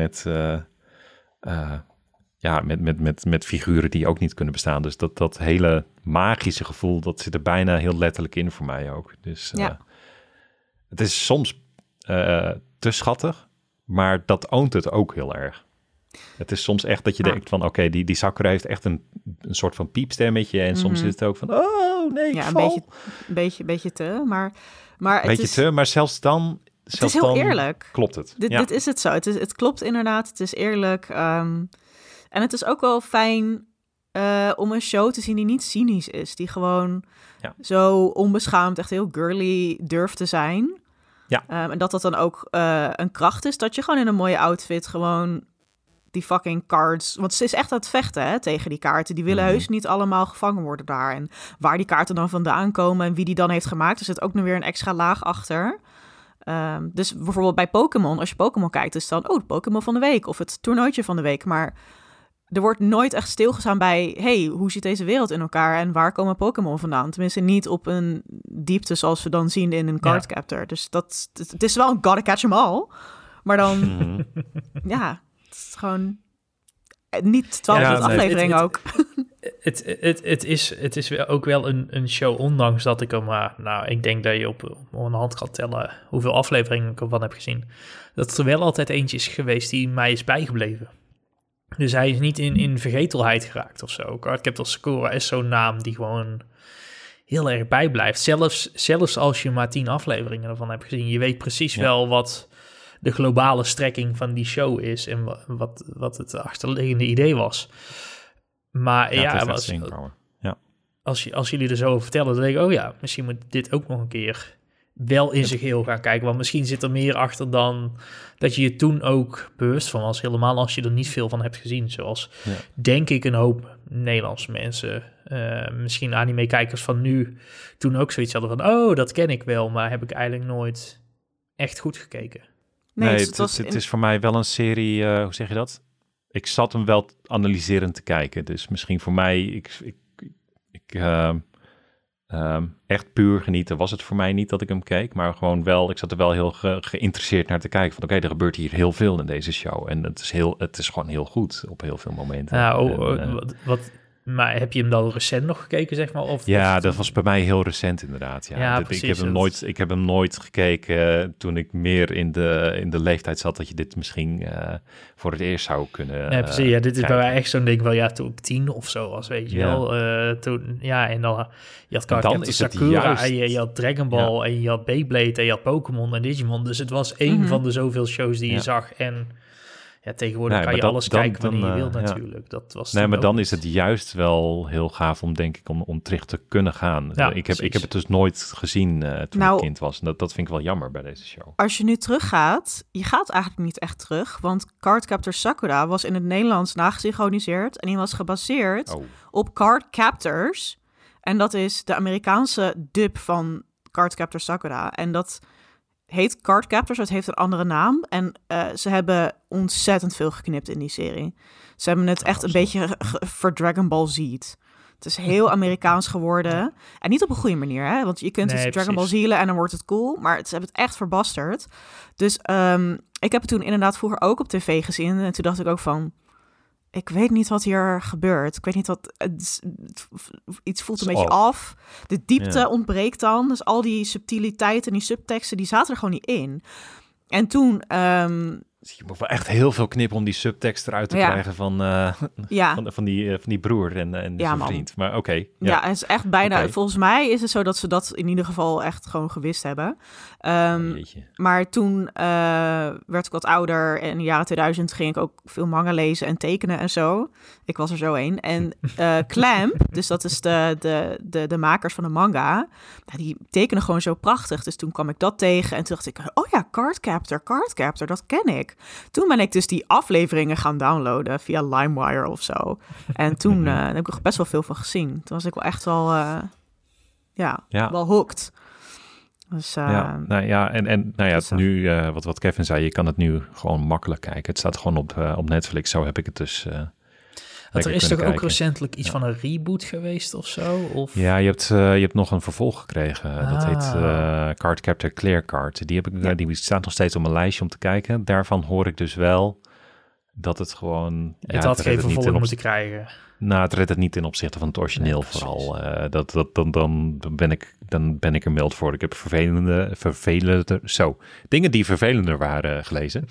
met figuren die ook niet kunnen bestaan. Dus dat hele magische gevoel, dat zit er bijna heel letterlijk in voor mij ook. Dus het is soms te schattig, maar dat oont het ook heel erg. Het is soms echt dat je denkt van, oké, die Sakura heeft echt een soort van piepstemmetje. En soms is het ook van, oh nee, ik val. Een beetje te, maar maar zelfs dan... Het is heel eerlijk. Klopt het. Dit is het zo. Het klopt inderdaad. Het is eerlijk. En het is ook wel fijn om een show te zien die niet cynisch is. Die gewoon zo onbeschaamd, echt heel girly durft te zijn. Ja. En dat dan ook een kracht is. Dat je gewoon in een mooie outfit gewoon die fucking cards... Want ze is echt aan het vechten tegen die kaarten. Die willen heus niet allemaal gevangen worden daar. En waar die kaarten dan vandaan komen en wie die dan heeft gemaakt. Er zit ook nog weer een extra laag achter. Dus bijvoorbeeld bij Pokémon, als je Pokémon kijkt, is dan het Pokémon van de week of het toernooitje van de week. Maar er wordt nooit echt stilgestaan bij, hoe zit deze wereld in elkaar en waar komen Pokémon vandaan? Tenminste, niet op een diepte zoals we dan zien in een Cardcaptor. Dus het is wel een gotta catch 'em all. Maar dan, het is gewoon niet 12 afleveringen ook. Het is ook wel een show, ondanks dat ik hem ik denk dat je op een hand kan tellen hoeveel afleveringen ik ervan heb gezien, dat er wel altijd eentje is geweest die mij is bijgebleven. Dus hij is niet in vergetelheid geraakt of zo. Cardcaptor Sakura is zo'n naam die gewoon heel erg bijblijft. Zelfs als je maar 10 afleveringen ervan hebt gezien. Je weet precies wel wat de globale strekking van die show is en wat het achterliggende idee was. Maar als jullie er zo over vertellen, dan denk ik, misschien moet dit ook nog een keer wel in zijn geheel gaan kijken. Want misschien zit er meer achter dan dat je toen ook bewust van was. Helemaal als je er niet veel van hebt gezien. Zoals, denk ik, een hoop Nederlandse mensen. Misschien anime-kijkers van nu toen ook zoiets hadden van, dat ken ik wel, maar heb ik eigenlijk nooit echt goed gekeken. Nee, het is voor mij wel een serie, hoe zeg je dat? Ik zat hem wel analyserend te kijken. Dus misschien voor mij, echt puur genieten was het voor mij niet dat ik hem keek. Maar gewoon wel, ik zat er wel heel geïnteresseerd naar te kijken. Van er gebeurt hier heel veel in deze show. En het is gewoon heel goed op heel veel momenten. Maar heb je hem dan recent nog gekeken, zeg maar? Dat was bij mij heel recent inderdaad. Ja, precies. Ik heb hem nooit gekeken toen ik meer in de leeftijd zat dat je dit misschien voor het eerst zou kunnen precies. Dit is bij mij echt zo'n ding wel, toen ik 10 of zo was, weet je wel. En dan je had Cardcaptor Sakura en je had Dragon Ball en je had Beyblade en je had Pokémon en Digimon. Dus het was één van de zoveel shows die je zag en... Ja, tegenwoordig kan je alles kijken wanneer je wilt natuurlijk. Dat was maar dan is het juist wel heel gaaf om terug te kunnen gaan. Ja, ik heb het dus nooit gezien toen ik kind was. En dat vind ik wel jammer bij deze show. Als je nu teruggaat, je gaat eigenlijk niet echt terug. Want Cardcaptor Sakura was in het Nederlands nagesynchroniseerd. En die was gebaseerd op Cardcaptors. En dat is de Amerikaanse dub van Cardcaptor Sakura. En dat heet Cardcaptors, het heeft een andere naam. En ze hebben ontzettend veel geknipt in die serie. Ze hebben het echt een beetje voor Dragon Ball Z'd. Het is heel Amerikaans geworden. En niet op een goede manier, hè? Want je kunt Dragon Ball Z'len en dan wordt het cool. Maar ze hebben het echt verbasterd. Dus ik heb het toen inderdaad vroeger ook op tv gezien. En toen dacht ik ook van... Ik weet niet wat hier gebeurt. Ik weet niet wat... Iets voelt een beetje af. De diepte ontbreekt dan. Dus al die subtiliteiten en die subteksten... die zaten er gewoon niet in. En toen... Je moet wel echt heel veel knippen om die subtekst eruit te krijgen van die broer en zijn vriend. Maar oké. Ja, het is echt bijna... Volgens mij is het zo dat ze dat in ieder geval echt gewoon gewist hebben. Maar toen werd ik wat ouder. En in de jaren 2000 ging ik ook veel manga lezen en tekenen en zo. Ik was er zo een. En Clamp, dus dat is de makers van de manga... die tekenen gewoon zo prachtig. Dus toen kwam ik dat tegen en toen dacht ik... Oh ja, Cardcaptor, dat ken ik. Toen ben ik dus die afleveringen gaan downloaden via LimeWire of zo. En toen heb ik er best wel veel van gezien. Toen was ik wel echt wel, wel hooked. Dus, nu, wat Kevin zei, je kan het nu gewoon makkelijk kijken. Het staat gewoon op Netflix, zo heb ik het dus... Er is toch ook recentelijk iets van een reboot geweest of zo? Of? Ja, je hebt nog een vervolg gekregen. Dat heet Cardcaptor Clear Card. Die staat nog steeds op mijn lijstje om te kijken. Daarvan hoor ik dus wel dat het gewoon... Het had geen vervolg moeten krijgen. Nou, het redt het niet ten opzichte van het origineel vooral. Dan ben ik er mild voor. Ik heb dingen die vervelender waren gelezen.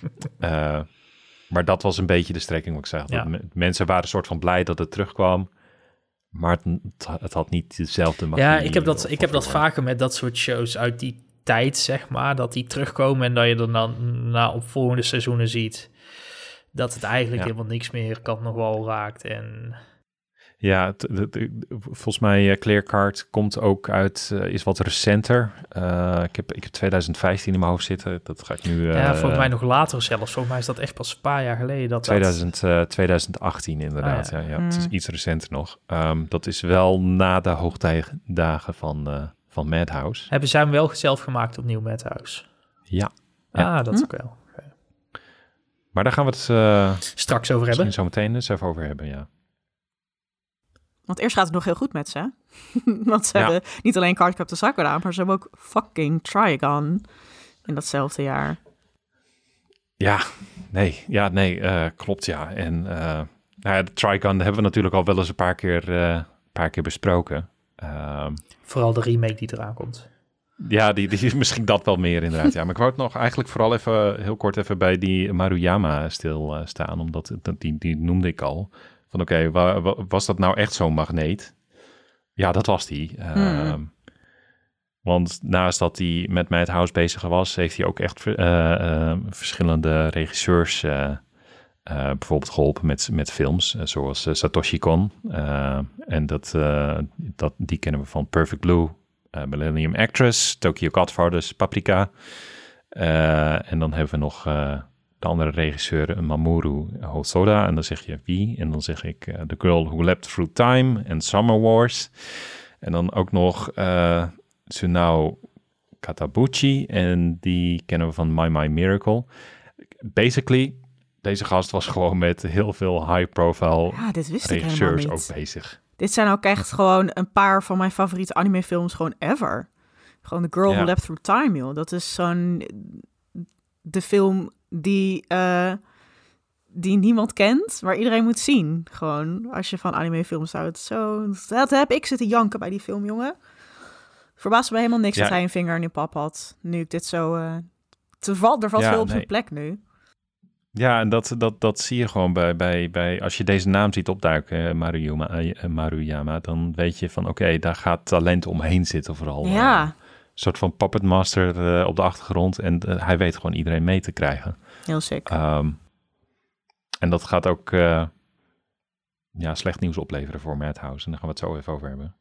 Maar dat was een beetje de strekking wat ik zei. Ja. Mensen waren een soort van blij dat het terugkwam. Maar het had niet dezelfde magie. Ja, ik heb dat vaker met dat soort shows uit die tijd, zeg maar. Dat die terugkomen en dat je er dan na opvolgende seizoenen ziet... dat het eigenlijk helemaal niks meer kan nog wel raakt. En... Ja, volgens mij Clear Card komt ook uit, is wat recenter. Ik heb 2015 in mijn hoofd zitten. Dat ga ik nu... volgens mij nog later zelfs. Volgens mij is dat echt pas een paar jaar geleden. 2018 inderdaad. Ja. Het is iets recenter nog. Dat is wel na de hoogtijdagen van Madhouse. Hebben zij hem wel zelf gemaakt opnieuw, Madhouse? Ja. Dat ook wel. Okay. Maar daar gaan we het straks over hebben. Misschien zo meteen eens even over hebben, ja. Want eerst gaat het nog heel goed met ze. Want ze hebben niet alleen Cardcaptor Sakura, maar ze hebben ook fucking Trigun in datzelfde jaar. Klopt, ja. En de Trigun hebben we natuurlijk al wel eens een paar keer besproken. Vooral de remake die eraan komt. Ja, die is misschien dat wel meer inderdaad. Ja, maar ik wou het nog eigenlijk vooral even heel kort even bij die Maruyama stilstaan, omdat die noemde ik al. Van oké, was dat nou echt zo'n magneet? Ja, dat was die. Want naast dat hij met Madhouse bezig was, heeft hij ook echt verschillende regisseurs bijvoorbeeld geholpen met films, zoals Satoshi Kon. En die kennen we van Perfect Blue, Millennium Actress, Tokyo Godfathers, Paprika. En dan hebben we nog... de andere regisseur, Mamoru Hosoda. En dan zeg je wie? En dan zeg ik The Girl Who Leapt Through Time en Summer Wars. En dan ook nog Tsunao Katabuchi. En die kennen we van My Miracle. Basically, deze gast was gewoon met heel veel high-profile regisseurs ook bezig. Dit zijn ook echt gewoon een paar van mijn favoriete animefilms gewoon ever. Gewoon The Girl Who Leapt Through Time, joh. Dat is de film... die niemand kent, maar iedereen moet zien. Gewoon, als je van animefilms houdt. Zo, dat heb ik zitten janken bij die film, jongen. Verbaast me helemaal niks dat hij een vinger in je pap had. Nu ik dit zo... er valt veel op zijn plek nu. Ja, en dat zie je gewoon bij als je deze naam ziet opduiken, Maruyama, dan weet je van oké, daar gaat talent omheen zitten vooral. Ja. Een soort van puppet master op de achtergrond. En hij weet gewoon iedereen mee te krijgen. Heel sick. En dat gaat ook slecht nieuws opleveren voor Madhouse. En daar gaan we het zo even over hebben.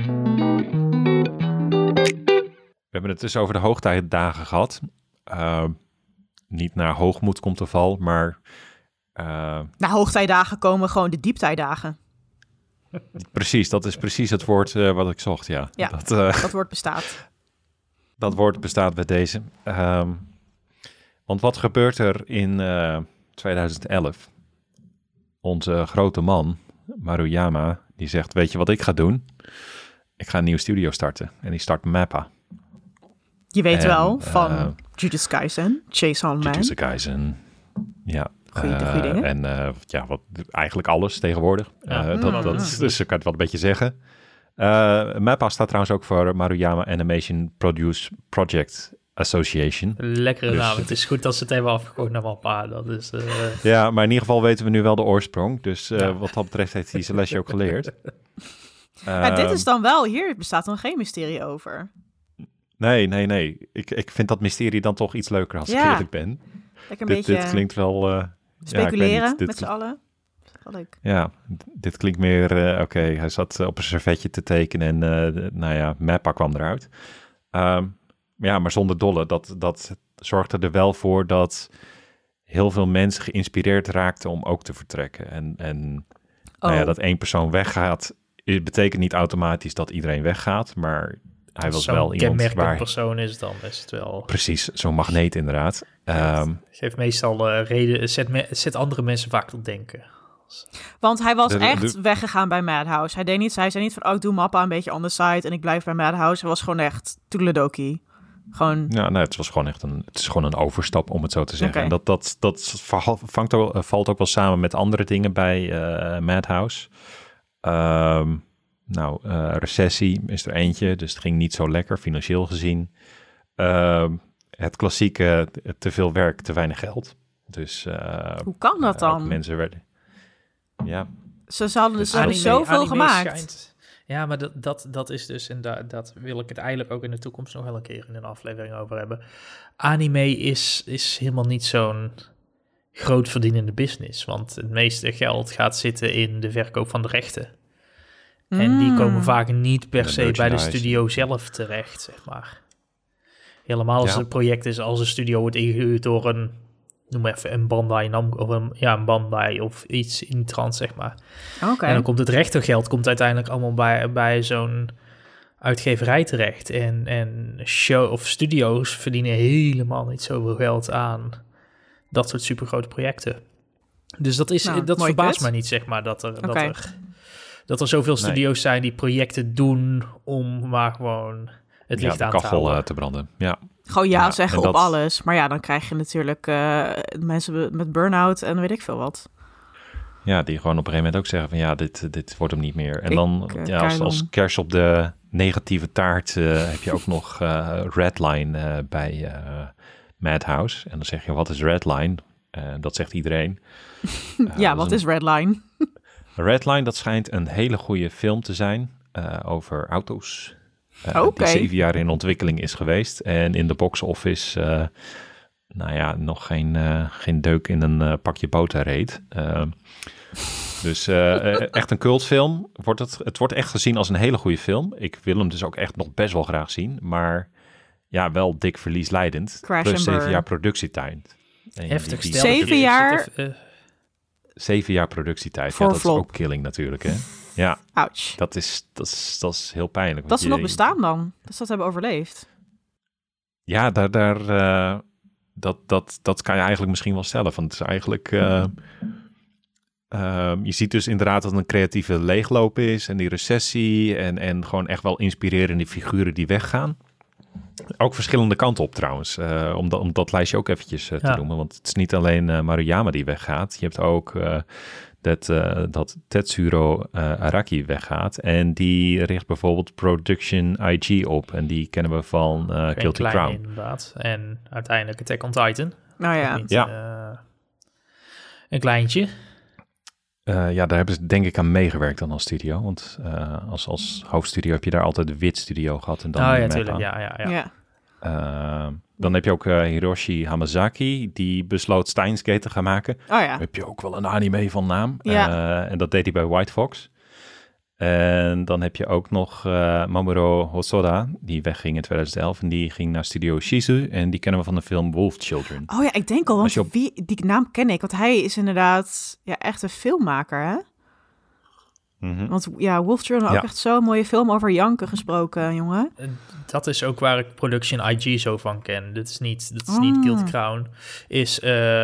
We hebben het dus over de hoogtijdagen gehad. Niet naar hoogmoed komt de val, maar... Na hoogtijdagen komen gewoon de dieptijdagen. Precies, dat is precies het woord wat ik zocht, ja. Ja, dat woord bestaat. Dat woord bestaat bij deze. Want wat gebeurt er in 2011? Onze grote man, Maruyama, die zegt... Weet je wat ik ga doen? Ik ga een nieuwe studio starten. En die start Mappa. Je weet wel van Jujutsu Kaisen, Chainsaw Man. Jujutsu Kaisen, ja. Goeie dingen. En wat, eigenlijk alles tegenwoordig. Dus ik kan het wel een beetje zeggen. Mappa staat trouwens ook voor Maruyama Animation Produce Project Association. Lekkere naam. Het is goed dat ze het hebben afgegooid naar Mappa. Dat is, Ja, maar in ieder geval weten we nu wel de oorsprong. Dus wat dat betreft heeft hij zijn lesje ook geleerd. Dit is dan wel, hier bestaat dan geen mysterie over. Nee. Ik vind dat mysterie dan toch iets leuker als ik eerlijk ben. Lekker een beetje... Dit klinkt wel... speculeren met z'n allen. Leuk. Ja, dit klinkt meer... Oké, hij zat op een servetje te tekenen en Mappa kwam eruit. Maar zonder dolle, dat zorgde er wel voor dat heel veel mensen geïnspireerd raakten om ook te vertrekken. En dat één persoon weggaat, betekent niet automatisch dat iedereen weggaat, maar hij was wel iemand waar... persoon is, dan is het wel... Precies, zo'n magneet inderdaad. Geeft meestal reden, zet andere mensen vaak tot denken. Want hij was echt weggegaan bij Madhouse. Hij zei niet van, ik doe Mappa een beetje on the side en ik blijf bij Madhouse. Hij was gewoon echt toedeledokie. Gewoon... Ja, nee, het is gewoon een overstap, om het zo te zeggen. Okay. En dat valt ook wel samen met andere dingen bij Madhouse. Recessie is er eentje, dus het ging niet zo lekker, financieel gezien. Het klassieke, te veel werk, te weinig geld. Dus, hoe kan dat dan? Mensen werden... Ja. Ze hadden dus zoveel gemaakt. Schijnt, ja, maar dat is dus, en dat wil ik het eigenlijk ook in de toekomst nog wel een keer in een aflevering over hebben. Anime is helemaal niet zo'n groot verdienende business, want het meeste geld gaat zitten in de verkoop van de rechten. En die komen vaak niet per se bij de studio zelf terecht, zeg maar. Helemaal als het project is, als een studio wordt ingehuurd door noem maar even een Bandai Namco, of een Bandai of iets in die trant, zeg maar. Okay. En dan komt het rechtergeld uiteindelijk allemaal bij zo'n uitgeverij terecht. En show of studio's verdienen helemaal niet zoveel geld aan dat soort supergrote projecten. Dus dat verbaast mij niet, zeg maar, dat er zoveel studio's zijn die projecten doen om maar gewoon het licht aan te houden. De kachel te branden, ja. Gewoon zeggen op alles. Maar ja, dan krijg je natuurlijk mensen met burn-out en weet ik veel wat. Ja, die gewoon op een gegeven moment ook zeggen van ja, dit wordt hem niet meer. En dan als kers op de negatieve taart heb je ook nog Redline bij Madhouse. En dan zeg je, wat is Redline? Dat zegt iedereen. Wat is Redline? Redline, dat schijnt een hele goede film te zijn over auto's. Die 7 jaar in ontwikkeling is geweest. En in de box office, nog geen deuk in een pakje boter reed. Dus echt een cultfilm. Het wordt echt gezien als een hele goede film. Ik wil hem dus ook echt nog best wel graag zien. Maar ja, wel dik verlieslijdend. Plus 7 jaar productietijd. Heftig stel. 7 jaar? 7 jaar productietijd. Voor dat flop. is ook killing natuurlijk, hè. Ja, ouch. Dat is heel pijnlijk. Dat ze nog bestaan dan. Dat ze dat hebben overleefd. Ja, dat kan je eigenlijk misschien wel stellen. Want het is eigenlijk... je ziet dus inderdaad dat het een creatieve leegloop is. En die recessie. En gewoon echt wel inspirerende figuren die weggaan. Ook verschillende kanten op trouwens. Om dat lijstje ook eventjes te noemen. Want het is niet alleen Maruyama die weggaat. Je hebt ook... dat Tetsuro Araki weggaat. En die richt bijvoorbeeld Production IG op. En die kennen we van Guilty Crown. Inderdaad. En uiteindelijk Attack on Titan. Nou ja. Niet, een kleintje. Daar hebben ze denk ik aan meegewerkt dan als studio. Want als hoofdstudio heb je daar altijd de wit studio gehad. En dan natuurlijk. Ja. Dan heb je ook Hiroshi Hamazaki, die besloot Steins Gate te gaan maken. Heb je ook wel een anime van naam. En dat deed hij bij White Fox. En dan heb je ook nog Mamoru Hosoda, die wegging in 2011. En die ging naar Studio Shizu. En die kennen we van de film Wolf Children. Oh ja, ik denk al, want die naam ken ik. Want hij is inderdaad echt een filmmaker, hè? Mm-hmm. Want Wolf Children ook echt zo'n mooie film over janken gesproken, jongen. Dat is ook waar ik Production IG zo van ken. Dat is niet Guilty Crown. Is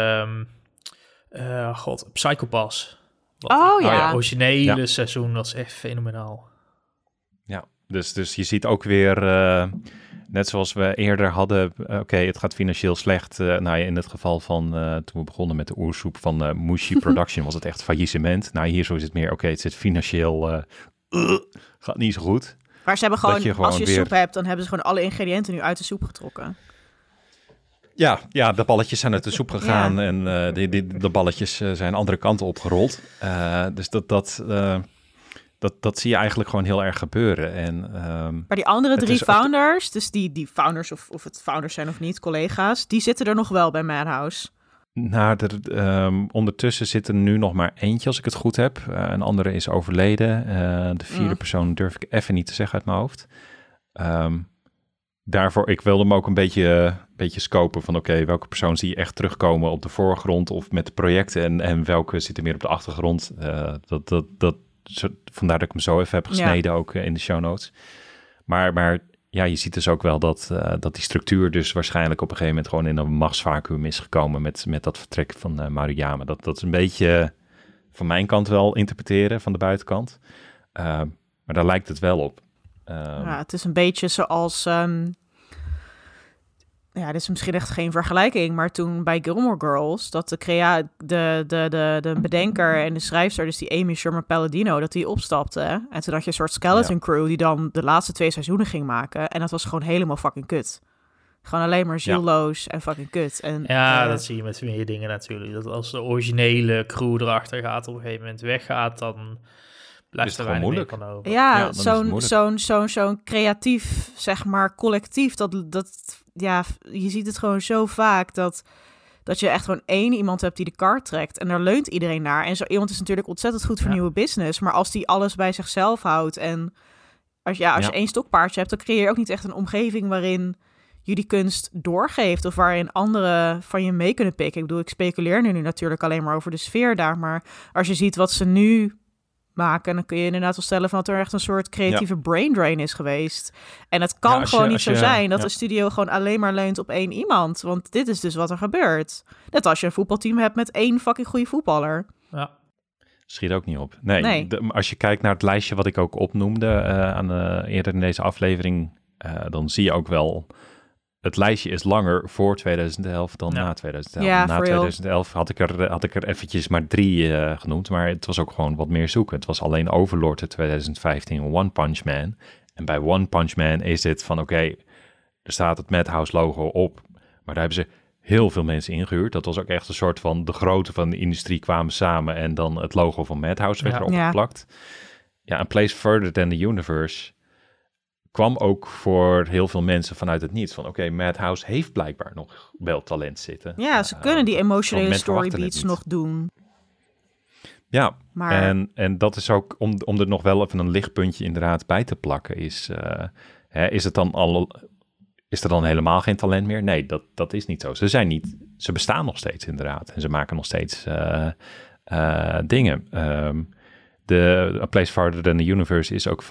Psycho-Pass. Originele seizoen was echt fenomenaal. Ja, dus je ziet ook weer, net zoals we eerder hadden, het gaat financieel slecht. In het geval van toen we begonnen met de oersoep van Mushi Production was het echt faillissement. Hier zo is het meer, het zit financieel, gaat niet zo goed. Maar ze hebben gewoon als je soep hebt, dan hebben ze gewoon alle ingrediënten nu uit de soep getrokken. Ja, de balletjes zijn uit de soep gegaan en de balletjes zijn andere kanten opgerold. Dus dat zie je eigenlijk gewoon heel erg gebeuren. En, maar die andere 3 founders, dus die founders, of het founders zijn of niet, collega's, die zitten er nog wel bij Madhouse. Ondertussen zit er nu nog maar eentje, als ik het goed heb. Een andere is overleden. De 4e persoon durf ik even niet te zeggen uit mijn hoofd. Daarvoor, ik wilde hem ook een beetje scopen van welke persoon zie je echt terugkomen op de voorgrond of met de projecten en welke zitten meer op de achtergrond. Vandaar dat ik hem zo even heb gesneden ook in de show notes. Maar je ziet dus ook wel dat die structuur dus waarschijnlijk op een gegeven moment gewoon in een machtsvacuum is gekomen met dat vertrek van Maruyama. Dat is een beetje van mijn kant wel interpreteren, van de buitenkant. Maar daar lijkt het wel op. Het is een beetje zoals... dit is misschien echt geen vergelijking, maar toen bij Gilmore Girls, dat de bedenker en de schrijfster, dus die Amy Sherman Palladino, dat die opstapte. En toen had je een soort skeleton crew die dan de laatste 2 seizoenen ging maken. En dat was gewoon helemaal fucking kut. Gewoon alleen maar zielloos en fucking kut. En, dat zie je met meer dingen natuurlijk. Dat als de originele crew erachter gaat, op een gegeven moment weggaat, dan blijft er weinig meer van over. Ja, zo'n creatief, zeg maar, collectief, je ziet het gewoon zo vaak dat je echt gewoon één iemand hebt die de kar trekt en daar leunt iedereen naar. En zo iemand is natuurlijk ontzettend goed voor nieuwe business, maar als die alles bij zichzelf houdt en als je één stokpaardje hebt, dan creëer je ook niet echt een omgeving waarin je die kunst doorgeeft of waarin anderen van je mee kunnen pikken. Ik bedoel, ik speculeer nu natuurlijk alleen maar over de sfeer daar, maar als je ziet wat ze nu maken, dan kun je inderdaad wel stellen van dat er echt een soort creatieve brain drain is geweest. En het kan gewoon niet zo zijn dat de studio gewoon alleen maar leunt op één iemand. Want dit is dus wat er gebeurt. Net als je een voetbalteam hebt met 1 fucking goede voetballer. Ja. Schiet ook niet op. Nee. Als je kijkt naar het lijstje wat ik ook opnoemde eerder in deze aflevering, dan zie je ook wel, het lijstje is langer voor 2011 dan na 2011. Ja, na 2011 had ik er eventjes maar 3 genoemd, maar het was ook gewoon wat meer zoeken. Het was alleen Overlord in 2015, One Punch Man. En bij One Punch Man is het van oké, er staat het Madhouse logo op, maar daar hebben ze heel veel mensen ingehuurd. Dat was ook echt een soort van de grootte van de industrie kwamen samen en dan het logo van Madhouse werd erop geplakt. Ja, een Place Further Than the Universe kwam ook voor heel veel mensen vanuit het niets. Van oké, Madhouse heeft blijkbaar nog wel talent zitten. Ja, ze kunnen die emotionele storybeats nog doen. Ja, maar en dat is ook, om er nog wel even een lichtpuntje inderdaad bij te plakken, is er dan helemaal geen talent meer? Nee, dat is niet zo. Ze bestaan nog steeds inderdaad. En ze maken nog steeds dingen. A Place Farther Than the Universe is ook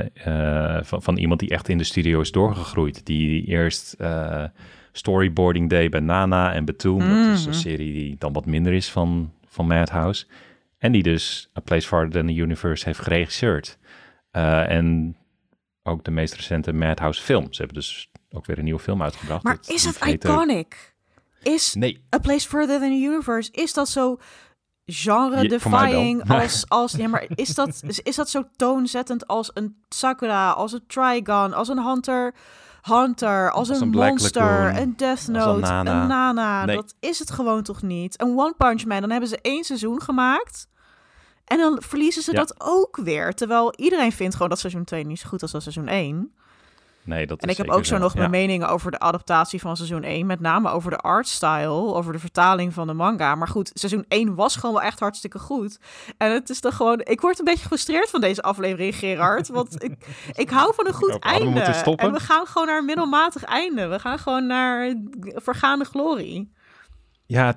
van iemand die echt in de studio is doorgegroeid. Die eerst storyboarding deed bij Nana en Batum. Dat is een serie die dan wat minder is van Madhouse. En die dus A Place Farther Than the Universe heeft geregisseerd. En ook de meest recente Madhouse film. Ze hebben dus ook weer een nieuwe film uitgebracht. Maar is het iconic? Nee. A Place Further Than the Universe, is dat zo genre-defying als ja, maar is dat zo toonzettend als een Sakura, als een Trigun, als een Hunter, als een Monster, een Death Note, een Nana? Nee. Dat is het gewoon toch niet? Een One Punch Man, dan hebben ze 1 seizoen gemaakt en dan verliezen ze dat ook weer. Terwijl iedereen vindt gewoon dat seizoen 2 niet zo goed als dat seizoen 1. Nee, dat en ik heb ook zo nog mijn meningen over de adaptatie van seizoen 1. Met name over de artstyle, over de vertaling van de manga. Maar goed, seizoen 1 was gewoon wel echt hartstikke goed. En het is toch gewoon... Ik word een beetje gefrustreerd van deze aflevering, Gerard. Want ik hou van een goed einde. En we gaan gewoon naar een middelmatig einde. We gaan gewoon naar vergaande glorie. Ja,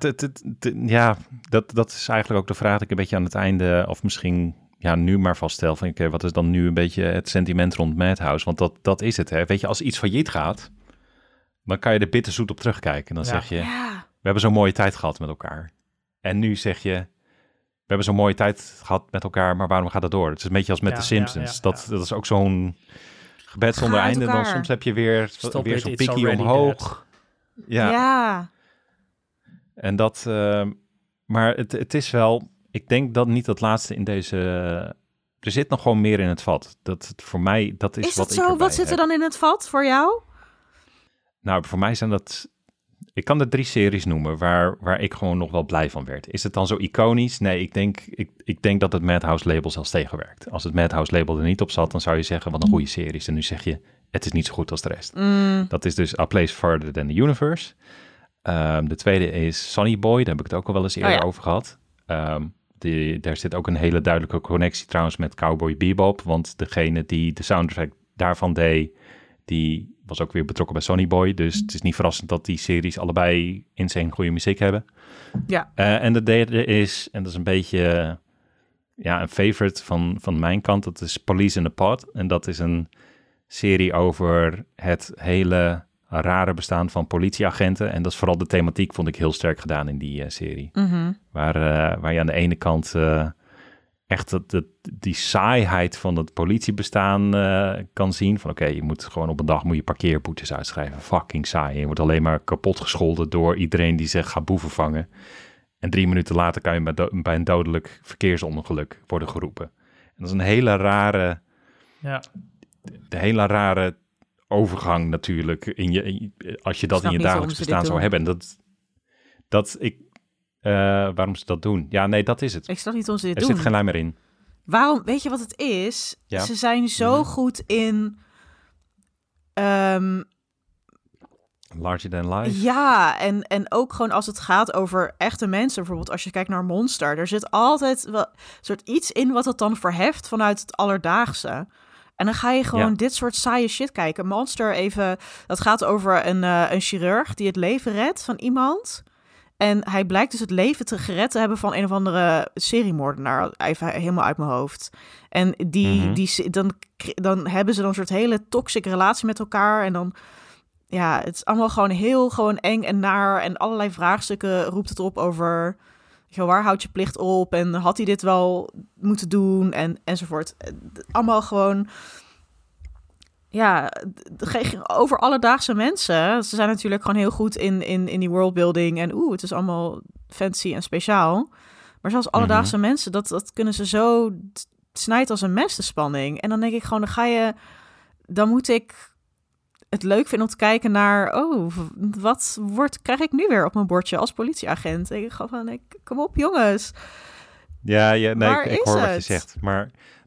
dat is eigenlijk ook de vraag die ik een beetje aan het einde... Of misschien... nu maar vaststel van oké, wat is dan nu een beetje het sentiment rond Madhouse? Want dat is het, hè. Weet je, als iets failliet gaat, dan kan je er bitterzoet op terugkijken. En dan zeg je, we hebben zo'n mooie tijd gehad met elkaar. En nu zeg je, we hebben zo'n mooie tijd gehad met elkaar, maar waarom gaat dat door? Het is een beetje als met de Simpsons. Dat is ook zo'n gebed zonder einde. Dan soms heb je weer zo'n pikkie omhoog. Ja. En dat, maar het is wel... Ik denk dat niet het laatste in deze... Er zit nog gewoon meer in het vat. Dat voor mij, dat is wat ik erbij heb. Wat zit er dan in het vat voor jou? Nou, voor mij zijn dat... Ik kan er 3 series noemen waar ik gewoon nog wel blij van werd. Is het dan zo iconisch? Nee, ik denk dat het Madhouse label zelfs tegenwerkt. Als het Madhouse label er niet op zat, dan zou je zeggen, wat een goede series. En nu zeg je, het is niet zo goed als de rest. Dat is dus A Place Farther Than the Universe. De tweede is Sonny Boy. Daar heb ik het ook al wel eens eerder over gehad. Daar zit ook een hele duidelijke connectie trouwens met Cowboy Bebop. Want degene die de soundtrack daarvan deed, die was ook weer betrokken bij Sonny Boy. Dus het is niet verrassend dat die series allebei insane goede muziek hebben. Ja. En de derde is, en dat is een beetje een favorite van mijn kant, dat is Police in the Pod. En dat is een serie over het hele rare bestaan van politieagenten. En dat is vooral de thematiek, vond ik heel sterk gedaan in die serie. Mm-hmm. Waar je aan de ene kant echt die saaiheid van het politiebestaan kan zien. Van oké, je moet gewoon op een dag parkeerboetes uitschrijven. Fucking saai. Je wordt alleen maar kapot gescholden door iedereen die zegt ga boeven vangen. En 3 minuten later kan je bij een dodelijk verkeersongeluk worden geroepen. En dat is een hele rare... Ja. De hele rare overgang natuurlijk. Als je dat in je dagelijks bestaan zou hebben. En waarom ze dat doen? Ja, nee, dat is het. Ik snap niet hoe ze dit doen. doen. Er zit geen lijn meer in. Waarom? Weet je wat het is? Ja. Ze zijn zo goed in... Larger than life. Ja, en ook gewoon als het gaat over echte mensen. Bijvoorbeeld als je kijkt naar Monster. Er zit altijd wel soort iets in wat het dan verheft vanuit het alledaagse. En dan ga je gewoon dit soort saaie shit kijken. Monster even... Dat gaat over een chirurg die het leven redt van iemand... En hij blijkt dus het leven gered te hebben van een of andere seriemoordenaar. Even helemaal uit mijn hoofd. En dan hebben ze dan een soort hele toxische relatie met elkaar. En dan, ja, het is allemaal gewoon eng en naar. En allerlei vraagstukken roept het op over... waar houdt je plicht op? En had hij dit wel moeten doen? Enzovoort. Allemaal gewoon... Ja, over alledaagse mensen. Ze zijn natuurlijk gewoon heel goed in die worldbuilding. En het is allemaal fancy en speciaal. Maar zelfs alledaagse mensen, dat kunnen ze zo... snijdt als een mes, de spanning. En dan denk ik gewoon, dan moet ik het leuk vinden om te kijken naar... wat krijg ik nu weer op mijn bordje als politieagent? En ik ga van, kom op jongens. Ja, nee, ik hoor wat je zegt. Maar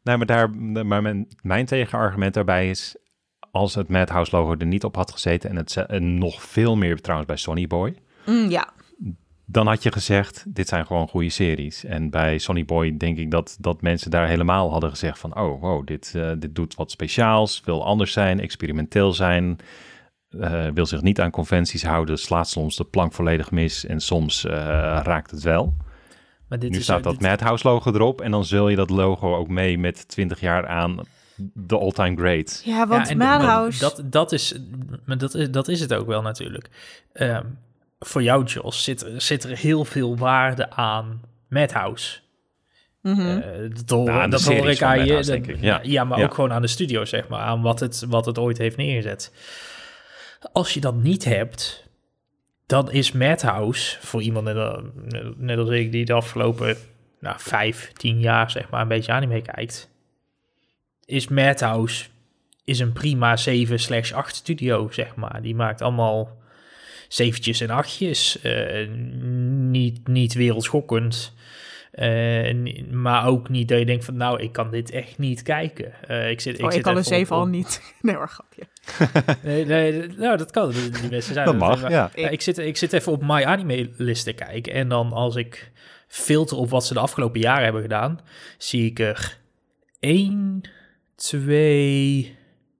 mijn tegenargument daarbij is... als het Madhouse logo er niet op had gezeten... en nog veel meer trouwens bij Sonny Boy... ja. Dan had je gezegd, dit zijn gewoon goede series. En bij Sonny Boy denk ik dat mensen daar helemaal hadden gezegd van... dit doet wat speciaals, wil anders zijn, experimenteel zijn... wil zich niet aan conventies houden, slaat soms de plank volledig mis... en soms raakt het wel... Maar nu staat dat Madhouse logo erop... en dan zul je dat logo ook mee met 20 jaar aan de all-time great. Ja, want Madhouse... Dat is het ook wel natuurlijk. Voor jou, Jos, zit er heel veel waarde aan Madhouse. Mm-hmm. Dat hoor ik aan je. Denk ik. Ja, maar ook gewoon aan de studio, zeg maar. Aan wat het ooit heeft neergezet. Als je dat niet hebt... dan is Madhouse voor iemand net als ik... die de afgelopen 5, 10 jaar zeg maar een beetje anime kijkt... is Madhouse een prima 7/8 studio, zeg maar. Die maakt allemaal 7'tjes en 8'tjes. Niet wereldschokkend. Maar ook niet dat je denkt van... ik kan dit echt niet kijken. Ik kan een 7 al niet. Nee hoor, grapje. Nee, dat kan. Die mensen zijn dat mag, ja. Ik zit even op My Anime list te kijken. En dan als ik filter op wat ze de afgelopen jaren hebben gedaan... zie ik er 1, 2,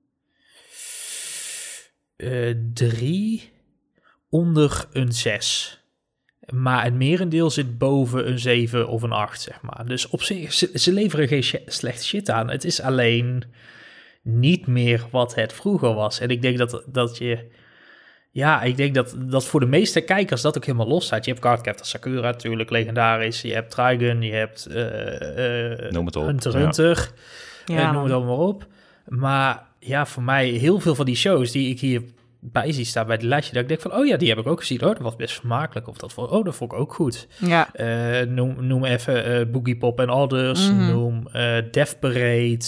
3 onder een 6. Maar het merendeel zit boven een 7 of een 8, zeg maar. Dus op zich, ze leveren geen slecht shit aan. Het is alleen niet meer wat het vroeger was. En ik denk dat je... Ja, ik denk dat voor de meeste kijkers dat ook helemaal los staat. Je hebt Cardcaptor Sakura natuurlijk, legendarisch. Je hebt Trigun, je hebt noem het op. Hunter. Ja, noem het allemaal maar op. Maar ja, voor mij heel veel van die shows die ik hierbij zie staan bij de lijstje... dat ik denk van, die heb ik ook gezien. Dat was best vermakelijk. Of dat vond ik ook goed. Ja. Noem even Boogie Pop en Others. Mm-hmm. Noem Death Parade.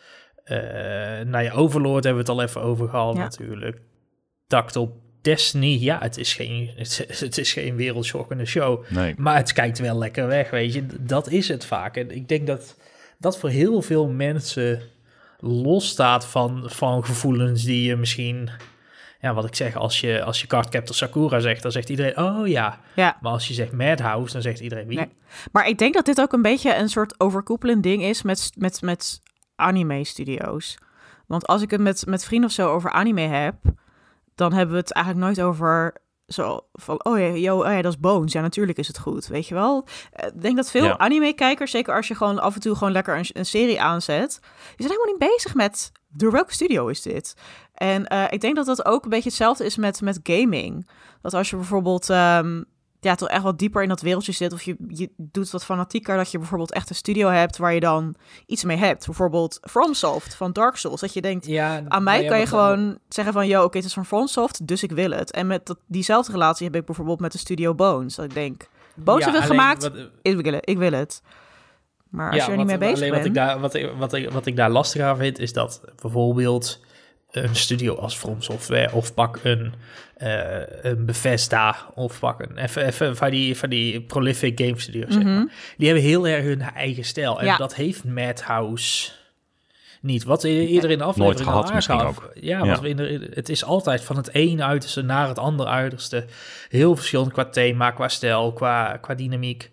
Overlord hebben we het al even over gehad natuurlijk. Takt op Destiny, het is geen wereldschokkende show. Nee. Maar het kijkt wel lekker weg, weet je. Dat is het vaak. En ik denk dat voor heel veel mensen losstaat van gevoelens die je misschien... Ja, wat ik zeg, als je Cardcaptor Sakura zegt, dan zegt iedereen, oh ja. Maar als je zegt Madhouse, dan zegt iedereen wie. Nee. Maar ik denk dat dit ook een beetje een soort overkoepelend ding is met anime-studio's. Want als ik het met vrienden of zo over anime heb... dan hebben we het eigenlijk nooit over zo van, dat is Bones. Ja, natuurlijk is het goed, weet je wel. Ik denk dat veel anime-kijkers, zeker als je gewoon af en toe gewoon lekker een serie aanzet, die zijn helemaal niet bezig met, door welke studio is dit? En ik denk dat dat ook een beetje hetzelfde is met gaming. Dat als je bijvoorbeeld toch echt wat dieper in dat wereldje zit, of je doet wat fanatieker, dat je bijvoorbeeld echt een studio hebt waar je dan iets mee hebt. Bijvoorbeeld FromSoft van Dark Souls. Dat je denkt, aan mij kan je gewoon zeggen van, oké, het is van FromSoft, dus ik wil het. En met diezelfde relatie heb ik bijvoorbeeld met de studio Bones. Dat ik denk, Bones heeft het gemaakt, ik wil het. Maar als je er niet mee bezig bent... Wat ik daar lastig aan vind, is dat bijvoorbeeld een studio als From Software, of pak een Bethesda, of pak even van die prolific game studios, zeg maar. Die hebben heel erg hun eigen stijl. En dat heeft Madhouse niet. Wat eerder in de aflevering nooit gehad, misschien ook. Het is altijd van het ene uiterste naar het andere uiterste. Heel verschillend qua thema, qua stijl, qua dynamiek.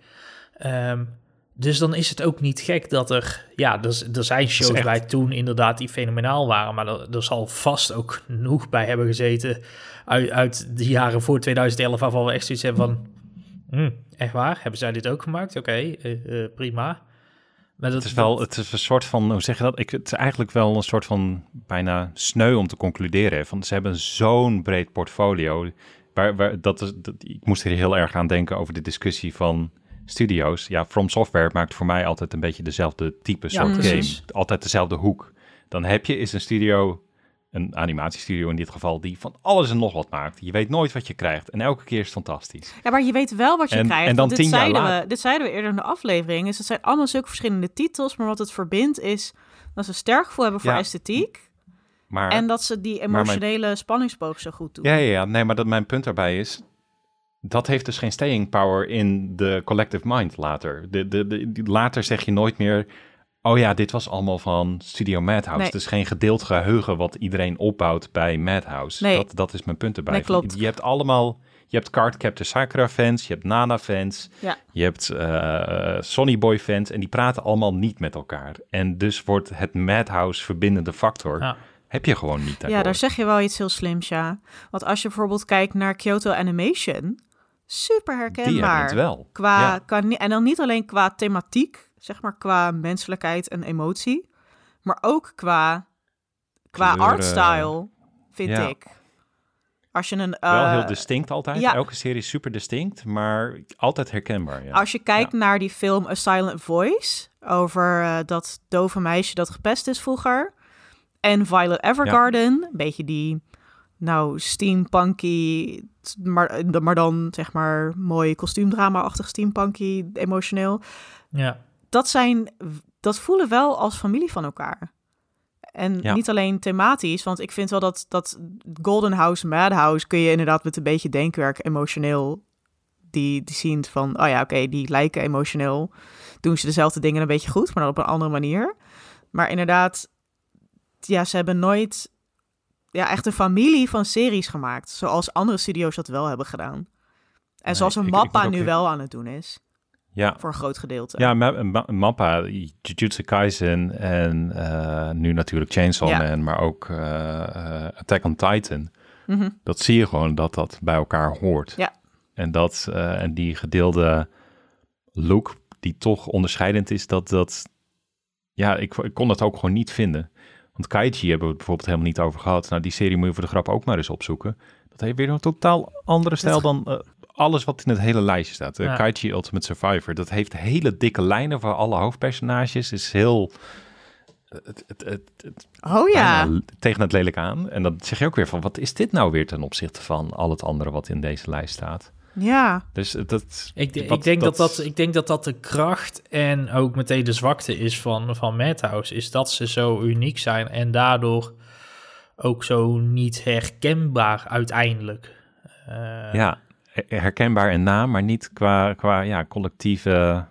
Dus dan is het ook niet gek dat er zijn shows bij toen inderdaad die fenomenaal waren, maar er zal vast ook genoeg bij hebben gezeten uit de jaren voor 2011, waarvan we echt zoiets hebben van, echt waar? Hebben zij dit ook gemaakt? Oké, prima. Maar het is een soort van, hoe zeg je dat? Het is eigenlijk wel een soort van bijna sneu om te concluderen. Van, ze hebben zo'n breed portfolio. Ik moest er heel erg aan denken over de discussie van studio's. Ja, From Software maakt voor mij altijd een beetje dezelfde type soort game. Altijd dezelfde hoek. Dan heb je een studio, een animatiestudio in dit geval, die van alles en nog wat maakt. Je weet nooit wat je krijgt. En elke keer is het fantastisch. Ja, maar je weet wel wat je krijgt. En dan 10 jaar later. Dit zeiden we eerder in de aflevering. Het zijn allemaal zulke verschillende titels. Maar wat het verbindt is dat ze sterk gevoel hebben voor esthetiek. En dat ze die emotionele spanningsboog zo goed doen. Ja. Nee, maar mijn punt daarbij is, dat heeft dus geen staying power in de collective mind later. Later zeg je nooit meer, dit was allemaal van Studio Madhouse. Nee. Het is geen gedeeld geheugen wat iedereen opbouwt bij Madhouse. Nee. Dat is mijn punt erbij. Nee, klopt. Je hebt Cardcaptor Sakura fans, je hebt Nana fans, je hebt Sonny Boy fans en die praten allemaal niet met elkaar. En dus wordt het Madhouse verbindende factor heb je gewoon niet daardoor. Ja, daar zeg je wel iets heel slims, ja. Want als je bijvoorbeeld kijkt naar Kyoto Animation, super herkenbaar. Die hebben het wel. En dan niet alleen qua thematiek, zeg maar qua menselijkheid en emotie, maar ook qua artstyle, vind ik. Als je wel heel distinct altijd. Ja. Elke serie is super distinct, maar altijd herkenbaar. Ja. Als je kijkt naar die film A Silent Voice, over dat dove meisje dat gepest is vroeger, en Violet Evergarden, een beetje die steampunky, maar dan zeg maar mooi kostuumdrama-achtig steampunky, emotioneel. Ja. Dat voelen wel als familie van elkaar. En niet alleen thematisch, want ik vind wel dat Golden House, Madhouse kun je inderdaad met een beetje denkwerk emotioneel die zien van, die lijken emotioneel, doen ze dezelfde dingen een beetje goed, maar dan op een andere manier. Maar inderdaad, ze hebben nooit echt een familie van series gemaakt, zoals andere studio's dat wel hebben gedaan. En zoals een Mappa nu wel aan het doen is. Ja. Voor een groot gedeelte. Ja, Mappa, Jujutsu Kaisen en nu natuurlijk Chainsaw Man, maar ook Attack on Titan. Mm-hmm. Dat zie je gewoon dat bij elkaar hoort. Ja. En en die gedeelde look die toch onderscheidend is, ik kon dat ook gewoon niet vinden. Want Kaiji hebben we het bijvoorbeeld helemaal niet over gehad. Nou, die serie moet je voor de grap ook maar eens opzoeken. Dat heeft weer een totaal andere stijl dan alles wat in het hele lijstje staat. Kaiji Ultimate Survivor, dat heeft hele dikke lijnen voor alle hoofdpersonages. Is heel tegen het lelijk aan. En dan zeg je ook weer van, wat is dit nou weer ten opzichte van al het andere wat in deze lijst staat? Ja. Dus ik denk dat de kracht en ook meteen de zwakte is van Madhouse, is dat ze zo uniek zijn en daardoor ook zo niet herkenbaar uiteindelijk. Herkenbaar in naam, maar niet qua collectieve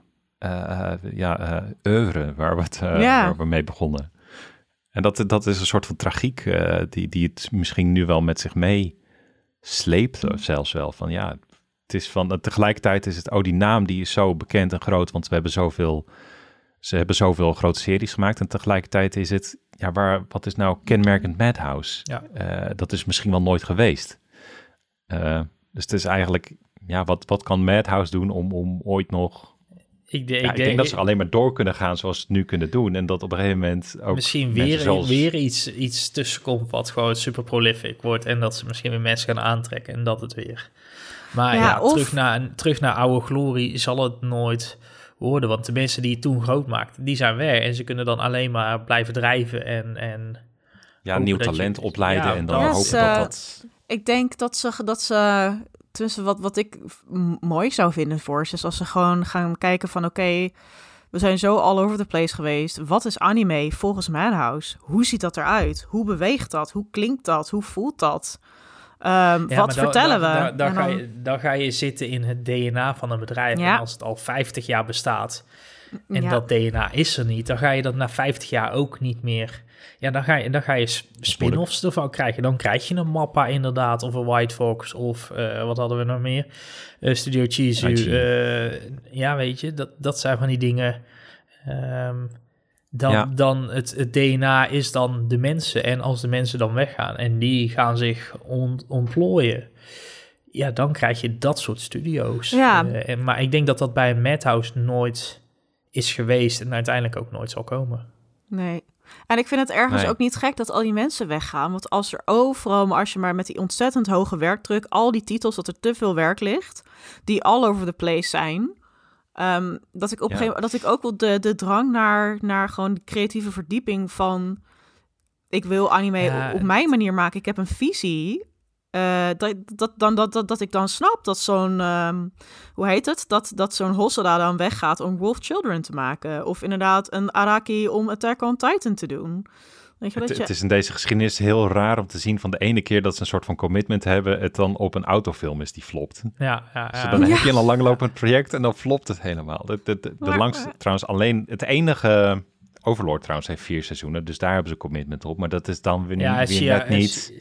oeuvre waar we mee begonnen. En dat is een soort van tragiek die het misschien nu wel met zich mee sleept, of zelfs wel van het is van, tegelijkertijd is het, die naam die is zo bekend en groot, want ze hebben zoveel grote series gemaakt. En tegelijkertijd is het, wat is nou kenmerkend Madhouse? Ja. Dat is misschien wel nooit geweest. Dus het is eigenlijk, wat kan Madhouse doen om ooit nog... Ik denk dat ze alleen maar door kunnen gaan zoals ze het nu kunnen doen. En dat op een gegeven moment ook... Misschien weer iets tussenkomt wat gewoon super prolific wordt. En dat ze misschien weer mensen gaan aantrekken en dat het weer... Maar terug naar oude glorie zal het nooit worden. Want de mensen die het toen groot maakten, die zijn weg. En ze kunnen dan alleen maar blijven drijven en nieuw talent opleiden en dan hopen dat... Ik denk dat ze tussen wat ik mooi zou vinden voor ze, is als ze gewoon gaan kijken van oké, we zijn zo all over the place geweest. Wat is anime volgens Madhouse? Hoe ziet dat eruit? Hoe beweegt dat? Hoe klinkt dat? Hoe voelt dat? Wat vertellen we? Dan ga je zitten in het DNA van een bedrijf. En als het al 50 jaar bestaat en dat DNA is er niet, dan ga je dat na 50 jaar ook niet meer... Ja, dan ga je spin-offs ervan krijgen. Dan krijg je een Mappa inderdaad, of een White Fox, of wat hadden we nog meer? Studio Chizu. Weet je, dat zijn van die dingen... Dan het DNA is dan de mensen. En als de mensen dan weggaan en die gaan zich ontplooien... Ja, dan krijg je dat soort studio's. Ja. Maar ik denk dat dat bij Madhouse nooit is geweest... en uiteindelijk ook nooit zal komen. Nee. En ik vind het ergens ook niet gek dat al die mensen weggaan. Want als er overal, maar als je maar met die ontzettend hoge werkdruk... al die titels, dat er te veel werk ligt... die all over the place zijn... dat ik op een gegeven moment, dat ik ook wel de drang naar gewoon de creatieve verdieping van... ik wil anime op mijn manier maken. Ik heb een visie... dat ik dan snap dat zo'n... hoe heet het? Dat zo'n Hosoda dan weggaat om Wolf Children te maken. Of inderdaad een Araki om Attack on Titan te doen. Weet je, het is in deze geschiedenis heel raar om te zien... van de ene keer dat ze een soort van commitment hebben... het dan op een autofilm is die flopt. Ja. Dus dan heb je een langlopend project en dan flopt het helemaal. De langste, trouwens alleen... Het enige... Overlord trouwens heeft 4 seizoenen, dus daar hebben ze commitment op. Maar dat is dan weer net niet...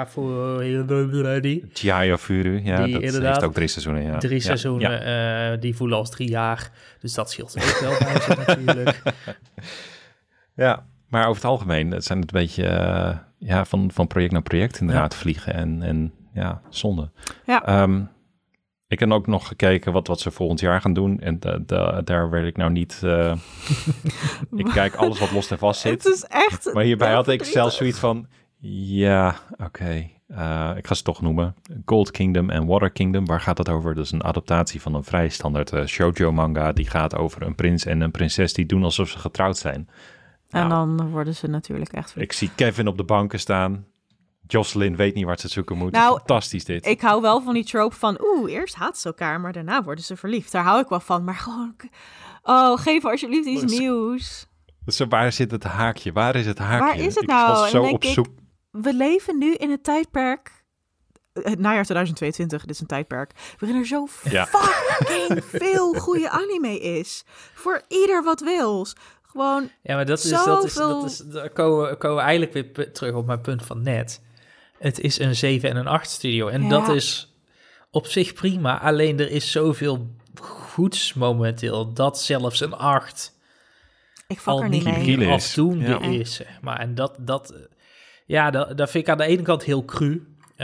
Chihaya Furu, dat heeft ook 3 seizoenen. Ja. 3 seizoenen, die voelen als 3 jaar. Dus dat scheelt ook wel bij ze natuurlijk. Ja, maar over het algemeen, het zijn het een beetje van project naar project inderdaad vliegen. En zonde. Ja. Ik heb ook nog gekeken wat ze volgend jaar gaan doen. En daar werd ik nou niet... ik kijk alles wat los en vast zit. Het is echt... Maar hierbij had ik zelfs zoiets van... Oké. Ik ga ze toch noemen. Gold Kingdom en Water Kingdom. Waar gaat het over? Dat is een adaptatie van een vrij standaard shoujo manga. Die gaat over een prins en een prinses die doen alsof ze getrouwd zijn. En dan worden ze natuurlijk echt... Ik zie Kevin op de banken staan... Jocelyn weet niet waar ze zoeken moet. Nou, fantastisch dit. Ik hou wel van die trope van... eerst haat ze elkaar, maar daarna worden ze verliefd. Daar hou ik wel van. Maar gewoon... geef alsjeblieft iets nieuws. Dus waar zit het haakje? Waar is het haakje? Waar is het nou? Ik was zo op zoek. We leven nu in het tijdperk... Het najaar 2022, dit is een tijdperk... waarin er zo fucking veel goede anime is. Voor ieder wat wils. Gewoon maar daar komen we eigenlijk weer terug op mijn punt van net. Het is een 7 en een 8 studio. En dat is op zich prima. Alleen er is zoveel goeds momenteel... dat zelfs een 8 al niet meer afdoende is. Zeg maar. En dat vind ik aan de ene kant heel cru.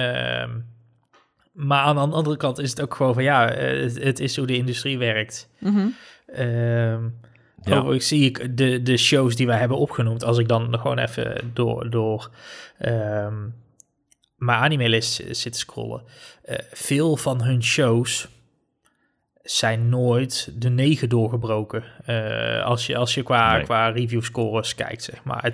Maar aan de andere kant is het ook gewoon van... het is hoe de industrie werkt. Mm-hmm. Ik zie de shows die wij hebben opgenoemd... als ik dan gewoon even door mijn anime-list zit te scrollen... veel van hun shows zijn nooit de 9 doorgebroken. Als je qua review scores kijkt, zeg maar.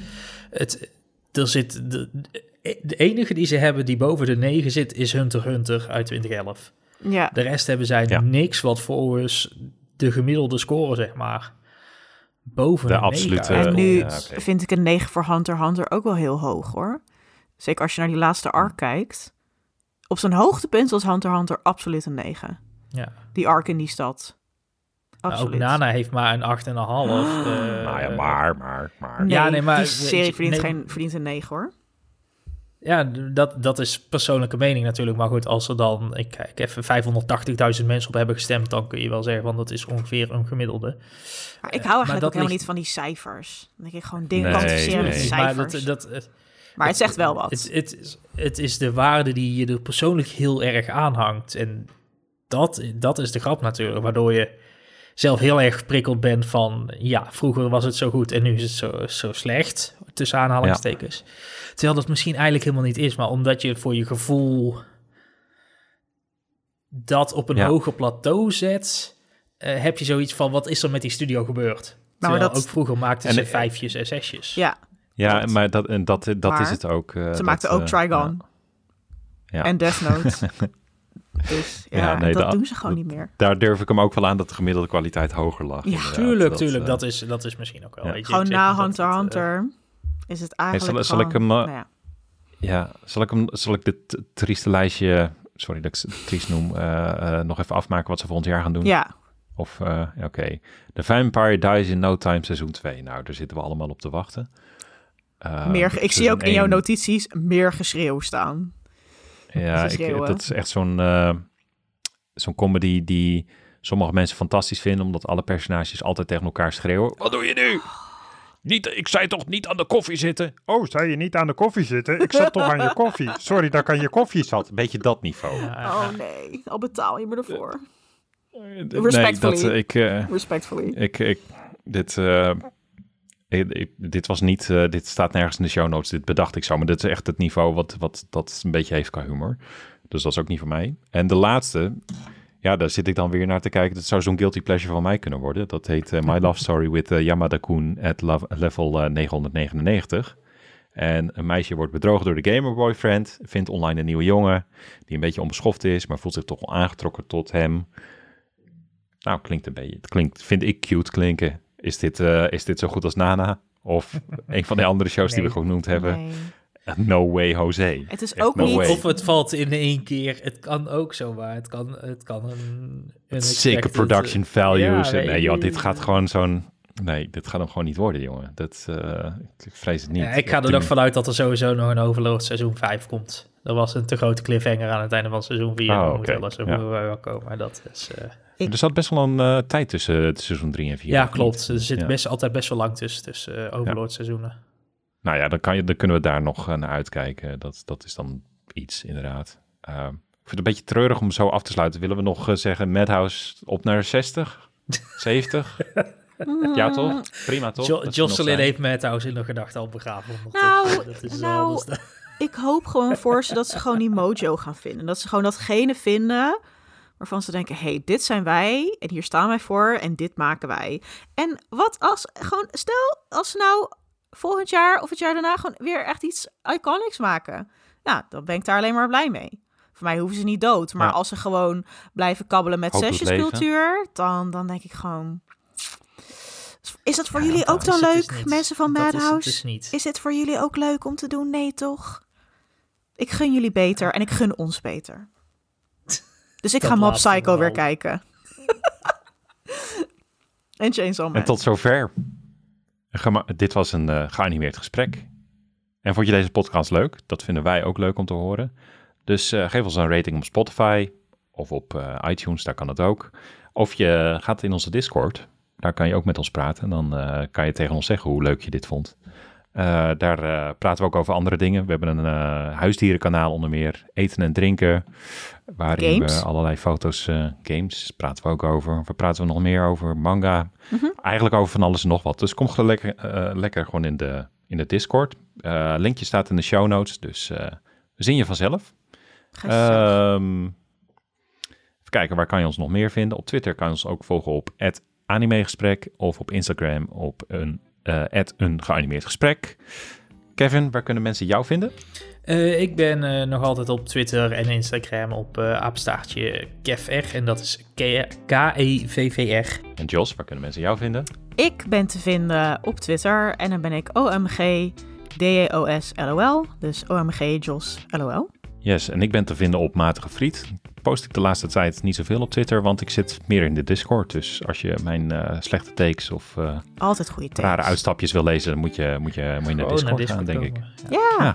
De enige die ze hebben die boven de 9 zit... is Hunter x Hunter uit 2011. Ja. De rest hebben zij niks wat volgens de gemiddelde score, zeg maar... boven de absolute. En nu vind ik een 9 voor Hunter x Hunter ook wel heel hoog, hoor. Zeker als je naar die laatste arc kijkt. Op zijn hoogtepunt was Hunter x Hunter absoluut een 9. Ja. Die arc in die stad. Absoluut. Ook Nana heeft maar een 8,5. Maar. Nee, die serie verdient een 9, hoor. Ja, dat is persoonlijke mening natuurlijk. Maar goed, als er dan, ik kijk even 580.000 mensen op hebben gestemd... dan kun je wel zeggen, want dat is ongeveer een gemiddelde. Maar ik hou eigenlijk ook helemaal niet van die cijfers. Dan denk ik gewoon dingen kwantificeren met cijfers. Maar het zegt wel wat. Het is de waarde die je er persoonlijk heel erg aanhangt. En dat is de grap natuurlijk, waardoor je zelf heel erg geprikkeld bent van... ja, vroeger was het zo goed en nu is het zo slecht, tussen aanhalingstekens. Ja. Terwijl dat misschien eigenlijk helemaal niet is, maar omdat je het voor je gevoel dat op een hoger plateau zet... heb je zoiets van, wat is er met die studio gebeurd? Terwijl ook vroeger maakten ze 5'jes en 6'jes. Ja, maar dat is het ook. Ze maakten ook Trigon. Ja. En Death Note. Dus dat doen ze gewoon niet meer. Daar durf ik hem ook wel aan dat de gemiddelde kwaliteit hoger lag. Ja, tuurlijk. Dat is misschien ook wel. Ja. Weet je, gewoon na Hunter x Hunter is het eigenlijk zal ik dit trieste lijstje, sorry dat ik het triest noem, nog even afmaken wat ze volgend jaar gaan doen? Ja. Of, oké. The Vampire Dies in No Time seizoen 2. Nou, daar zitten we allemaal op te wachten. Ik zie ook in jouw notities meer geschreeuw staan. Ja, dat is echt zo'n comedy die sommige mensen fantastisch vinden, omdat alle personages altijd tegen elkaar schreeuwen. Wat doe je nu? Ik zei toch niet aan de koffie zitten? Oh, zei je niet aan de koffie zitten? Ik zat toch aan je koffie. Sorry dat ik aan je koffie zat. Een beetje dat niveau. Oh nee, al betaal je me ervoor. Respectfully. Respectfully. Dit was niet, dit staat nergens in de show notes, dit bedacht ik zo, maar dit is echt het niveau wat dat een beetje heeft qua humor. Dus dat is ook niet voor mij. En de laatste, daar zit ik dan weer naar te kijken, dat zou zo'n guilty pleasure van mij kunnen worden. Dat heet My Love Story with Yamada-kun at level 999. En een meisje wordt bedrogen door de gamer boyfriend, vindt online een nieuwe jongen, die een beetje onbeschoft is, maar voelt zich toch wel aangetrokken tot hem. Nou, klinkt, vind ik cute klinken. Is dit zo goed als Nana? Of een van de andere shows die we genoemd hebben? Nee. No way, Jose. Het is ook niet... Of het valt in één keer. Het kan ook zo waar. Het kan een zeker production values. Dit gaat gewoon zo'n... Nee, dit gaat hem gewoon niet worden, jongen. Ik vrees het niet. Ja, ik ga er nog vanuit dat er sowieso nog een Overlord seizoen 5 komt. Er was een te grote cliffhanger aan het einde van seizoen 4. Wel komen. Maar dat is... Er zat best wel een tijd tussen seizoen 3 en 4. Ja, klopt. Er zit altijd best wel lang tussen Overlord seizoenen. Nou ja, dan kunnen we daar nog naar uitkijken. Dat is dan iets, inderdaad. Ik vind het een beetje treurig om zo af te sluiten. Willen we nog zeggen, Madhouse op naar 60? 70? Ja, toch? Prima, toch? Jocelyn heeft Madhouse in de gedachte al begraven. Ik hoop gewoon voor ze dat ze gewoon die mojo gaan vinden. Dat ze gewoon datgene vinden waarvan ze denken, hey, dit zijn wij en hier staan wij voor en dit maken wij. En wat als, gewoon stel als ze nou volgend jaar of het jaar daarna gewoon weer echt iets iconics maken. Ja, dan ben ik daar alleen maar blij mee. Voor mij hoeven ze niet dood, maar als ze gewoon blijven kabbelen met sessiescultuur, dan denk ik gewoon... Is dat voor jullie ook dan leuk, mensen van Madhouse? Is het voor jullie ook leuk om te doen? Nee, toch? Ik gun jullie beter en ik gun ons beter. Dus ik ga Mob Psycho weer kijken. En Chainsaw Man. En tot zover. Dit was een geanimeerd gesprek. En vond je deze podcast leuk? Dat vinden wij ook leuk om te horen. Dus geef ons een rating op Spotify of op iTunes, daar kan het ook. Of je gaat in onze Discord. Daar kan je ook met ons praten. En dan kan je tegen ons zeggen hoe leuk je dit vond. Daar praten we ook over andere dingen. We hebben een huisdierenkanaal onder meer. Eten en drinken. Waarin we allerlei foto's, games praten we ook over. Waar praten we nog meer over? Manga. Mm-hmm. Eigenlijk over van alles en nog wat. Dus kom gewoon lekker gewoon in de Discord. Linkje staat in de show notes. Dus we zien je vanzelf. Even kijken, waar kan je ons nog meer vinden? Op Twitter kan je ons ook volgen op @animegesprek. Of op Instagram op een geanimeerd gesprek. Kevin, waar kunnen mensen jou vinden? Ik ben nog altijd op Twitter en Instagram op apenstaartje KevR. En dat is KEVVR. En Jos, waar kunnen mensen jou vinden? Ik ben te vinden op Twitter. En dan ben ik OMGDJOSLOL. Dus OMG Jos LOL. Yes, en ik ben te vinden op Matige Friet. Post ik de laatste tijd niet zoveel op Twitter, want ik zit meer in de Discord. Dus als je mijn slechte takes of altijd goede takes, rare uitstapjes wil lezen, dan moet je in de Discord gaan, denk ik. Ja.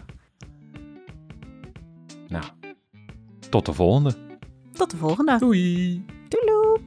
Nou, tot de volgende. Tot de volgende. Doei. Doei.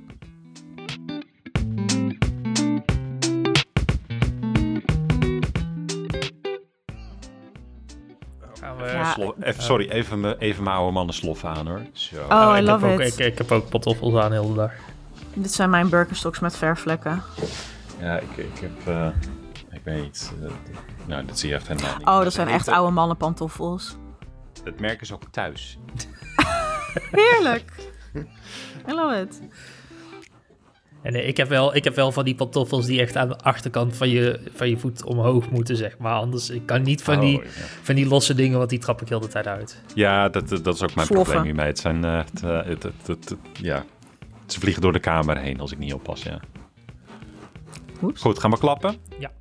even mijn oude mannen sloffen aan, hoor. Zo. Oh, I love it. Ik heb ook pantoffels aan heel de dag. Dit zijn mijn Birkenstocks met verfvlekken. Ja, ik heb... ik weet niet. Nou, dat zie je echt helemaal niet. Oh, dat zijn echt oude mannen pantoffels. Het merk is ook thuis. Heerlijk. I love it. En ik heb wel van die pantoffels die echt aan de achterkant van je voet omhoog moeten, zeg maar. Anders, ik kan niet van die losse dingen, want die trap ik heel de tijd uit. Ja, dat is ook mijn probleem hiermee. Het zijn, ze vliegen door de kamer heen als ik niet oppas, ja. Oeps. Goed, gaan we klappen? Ja.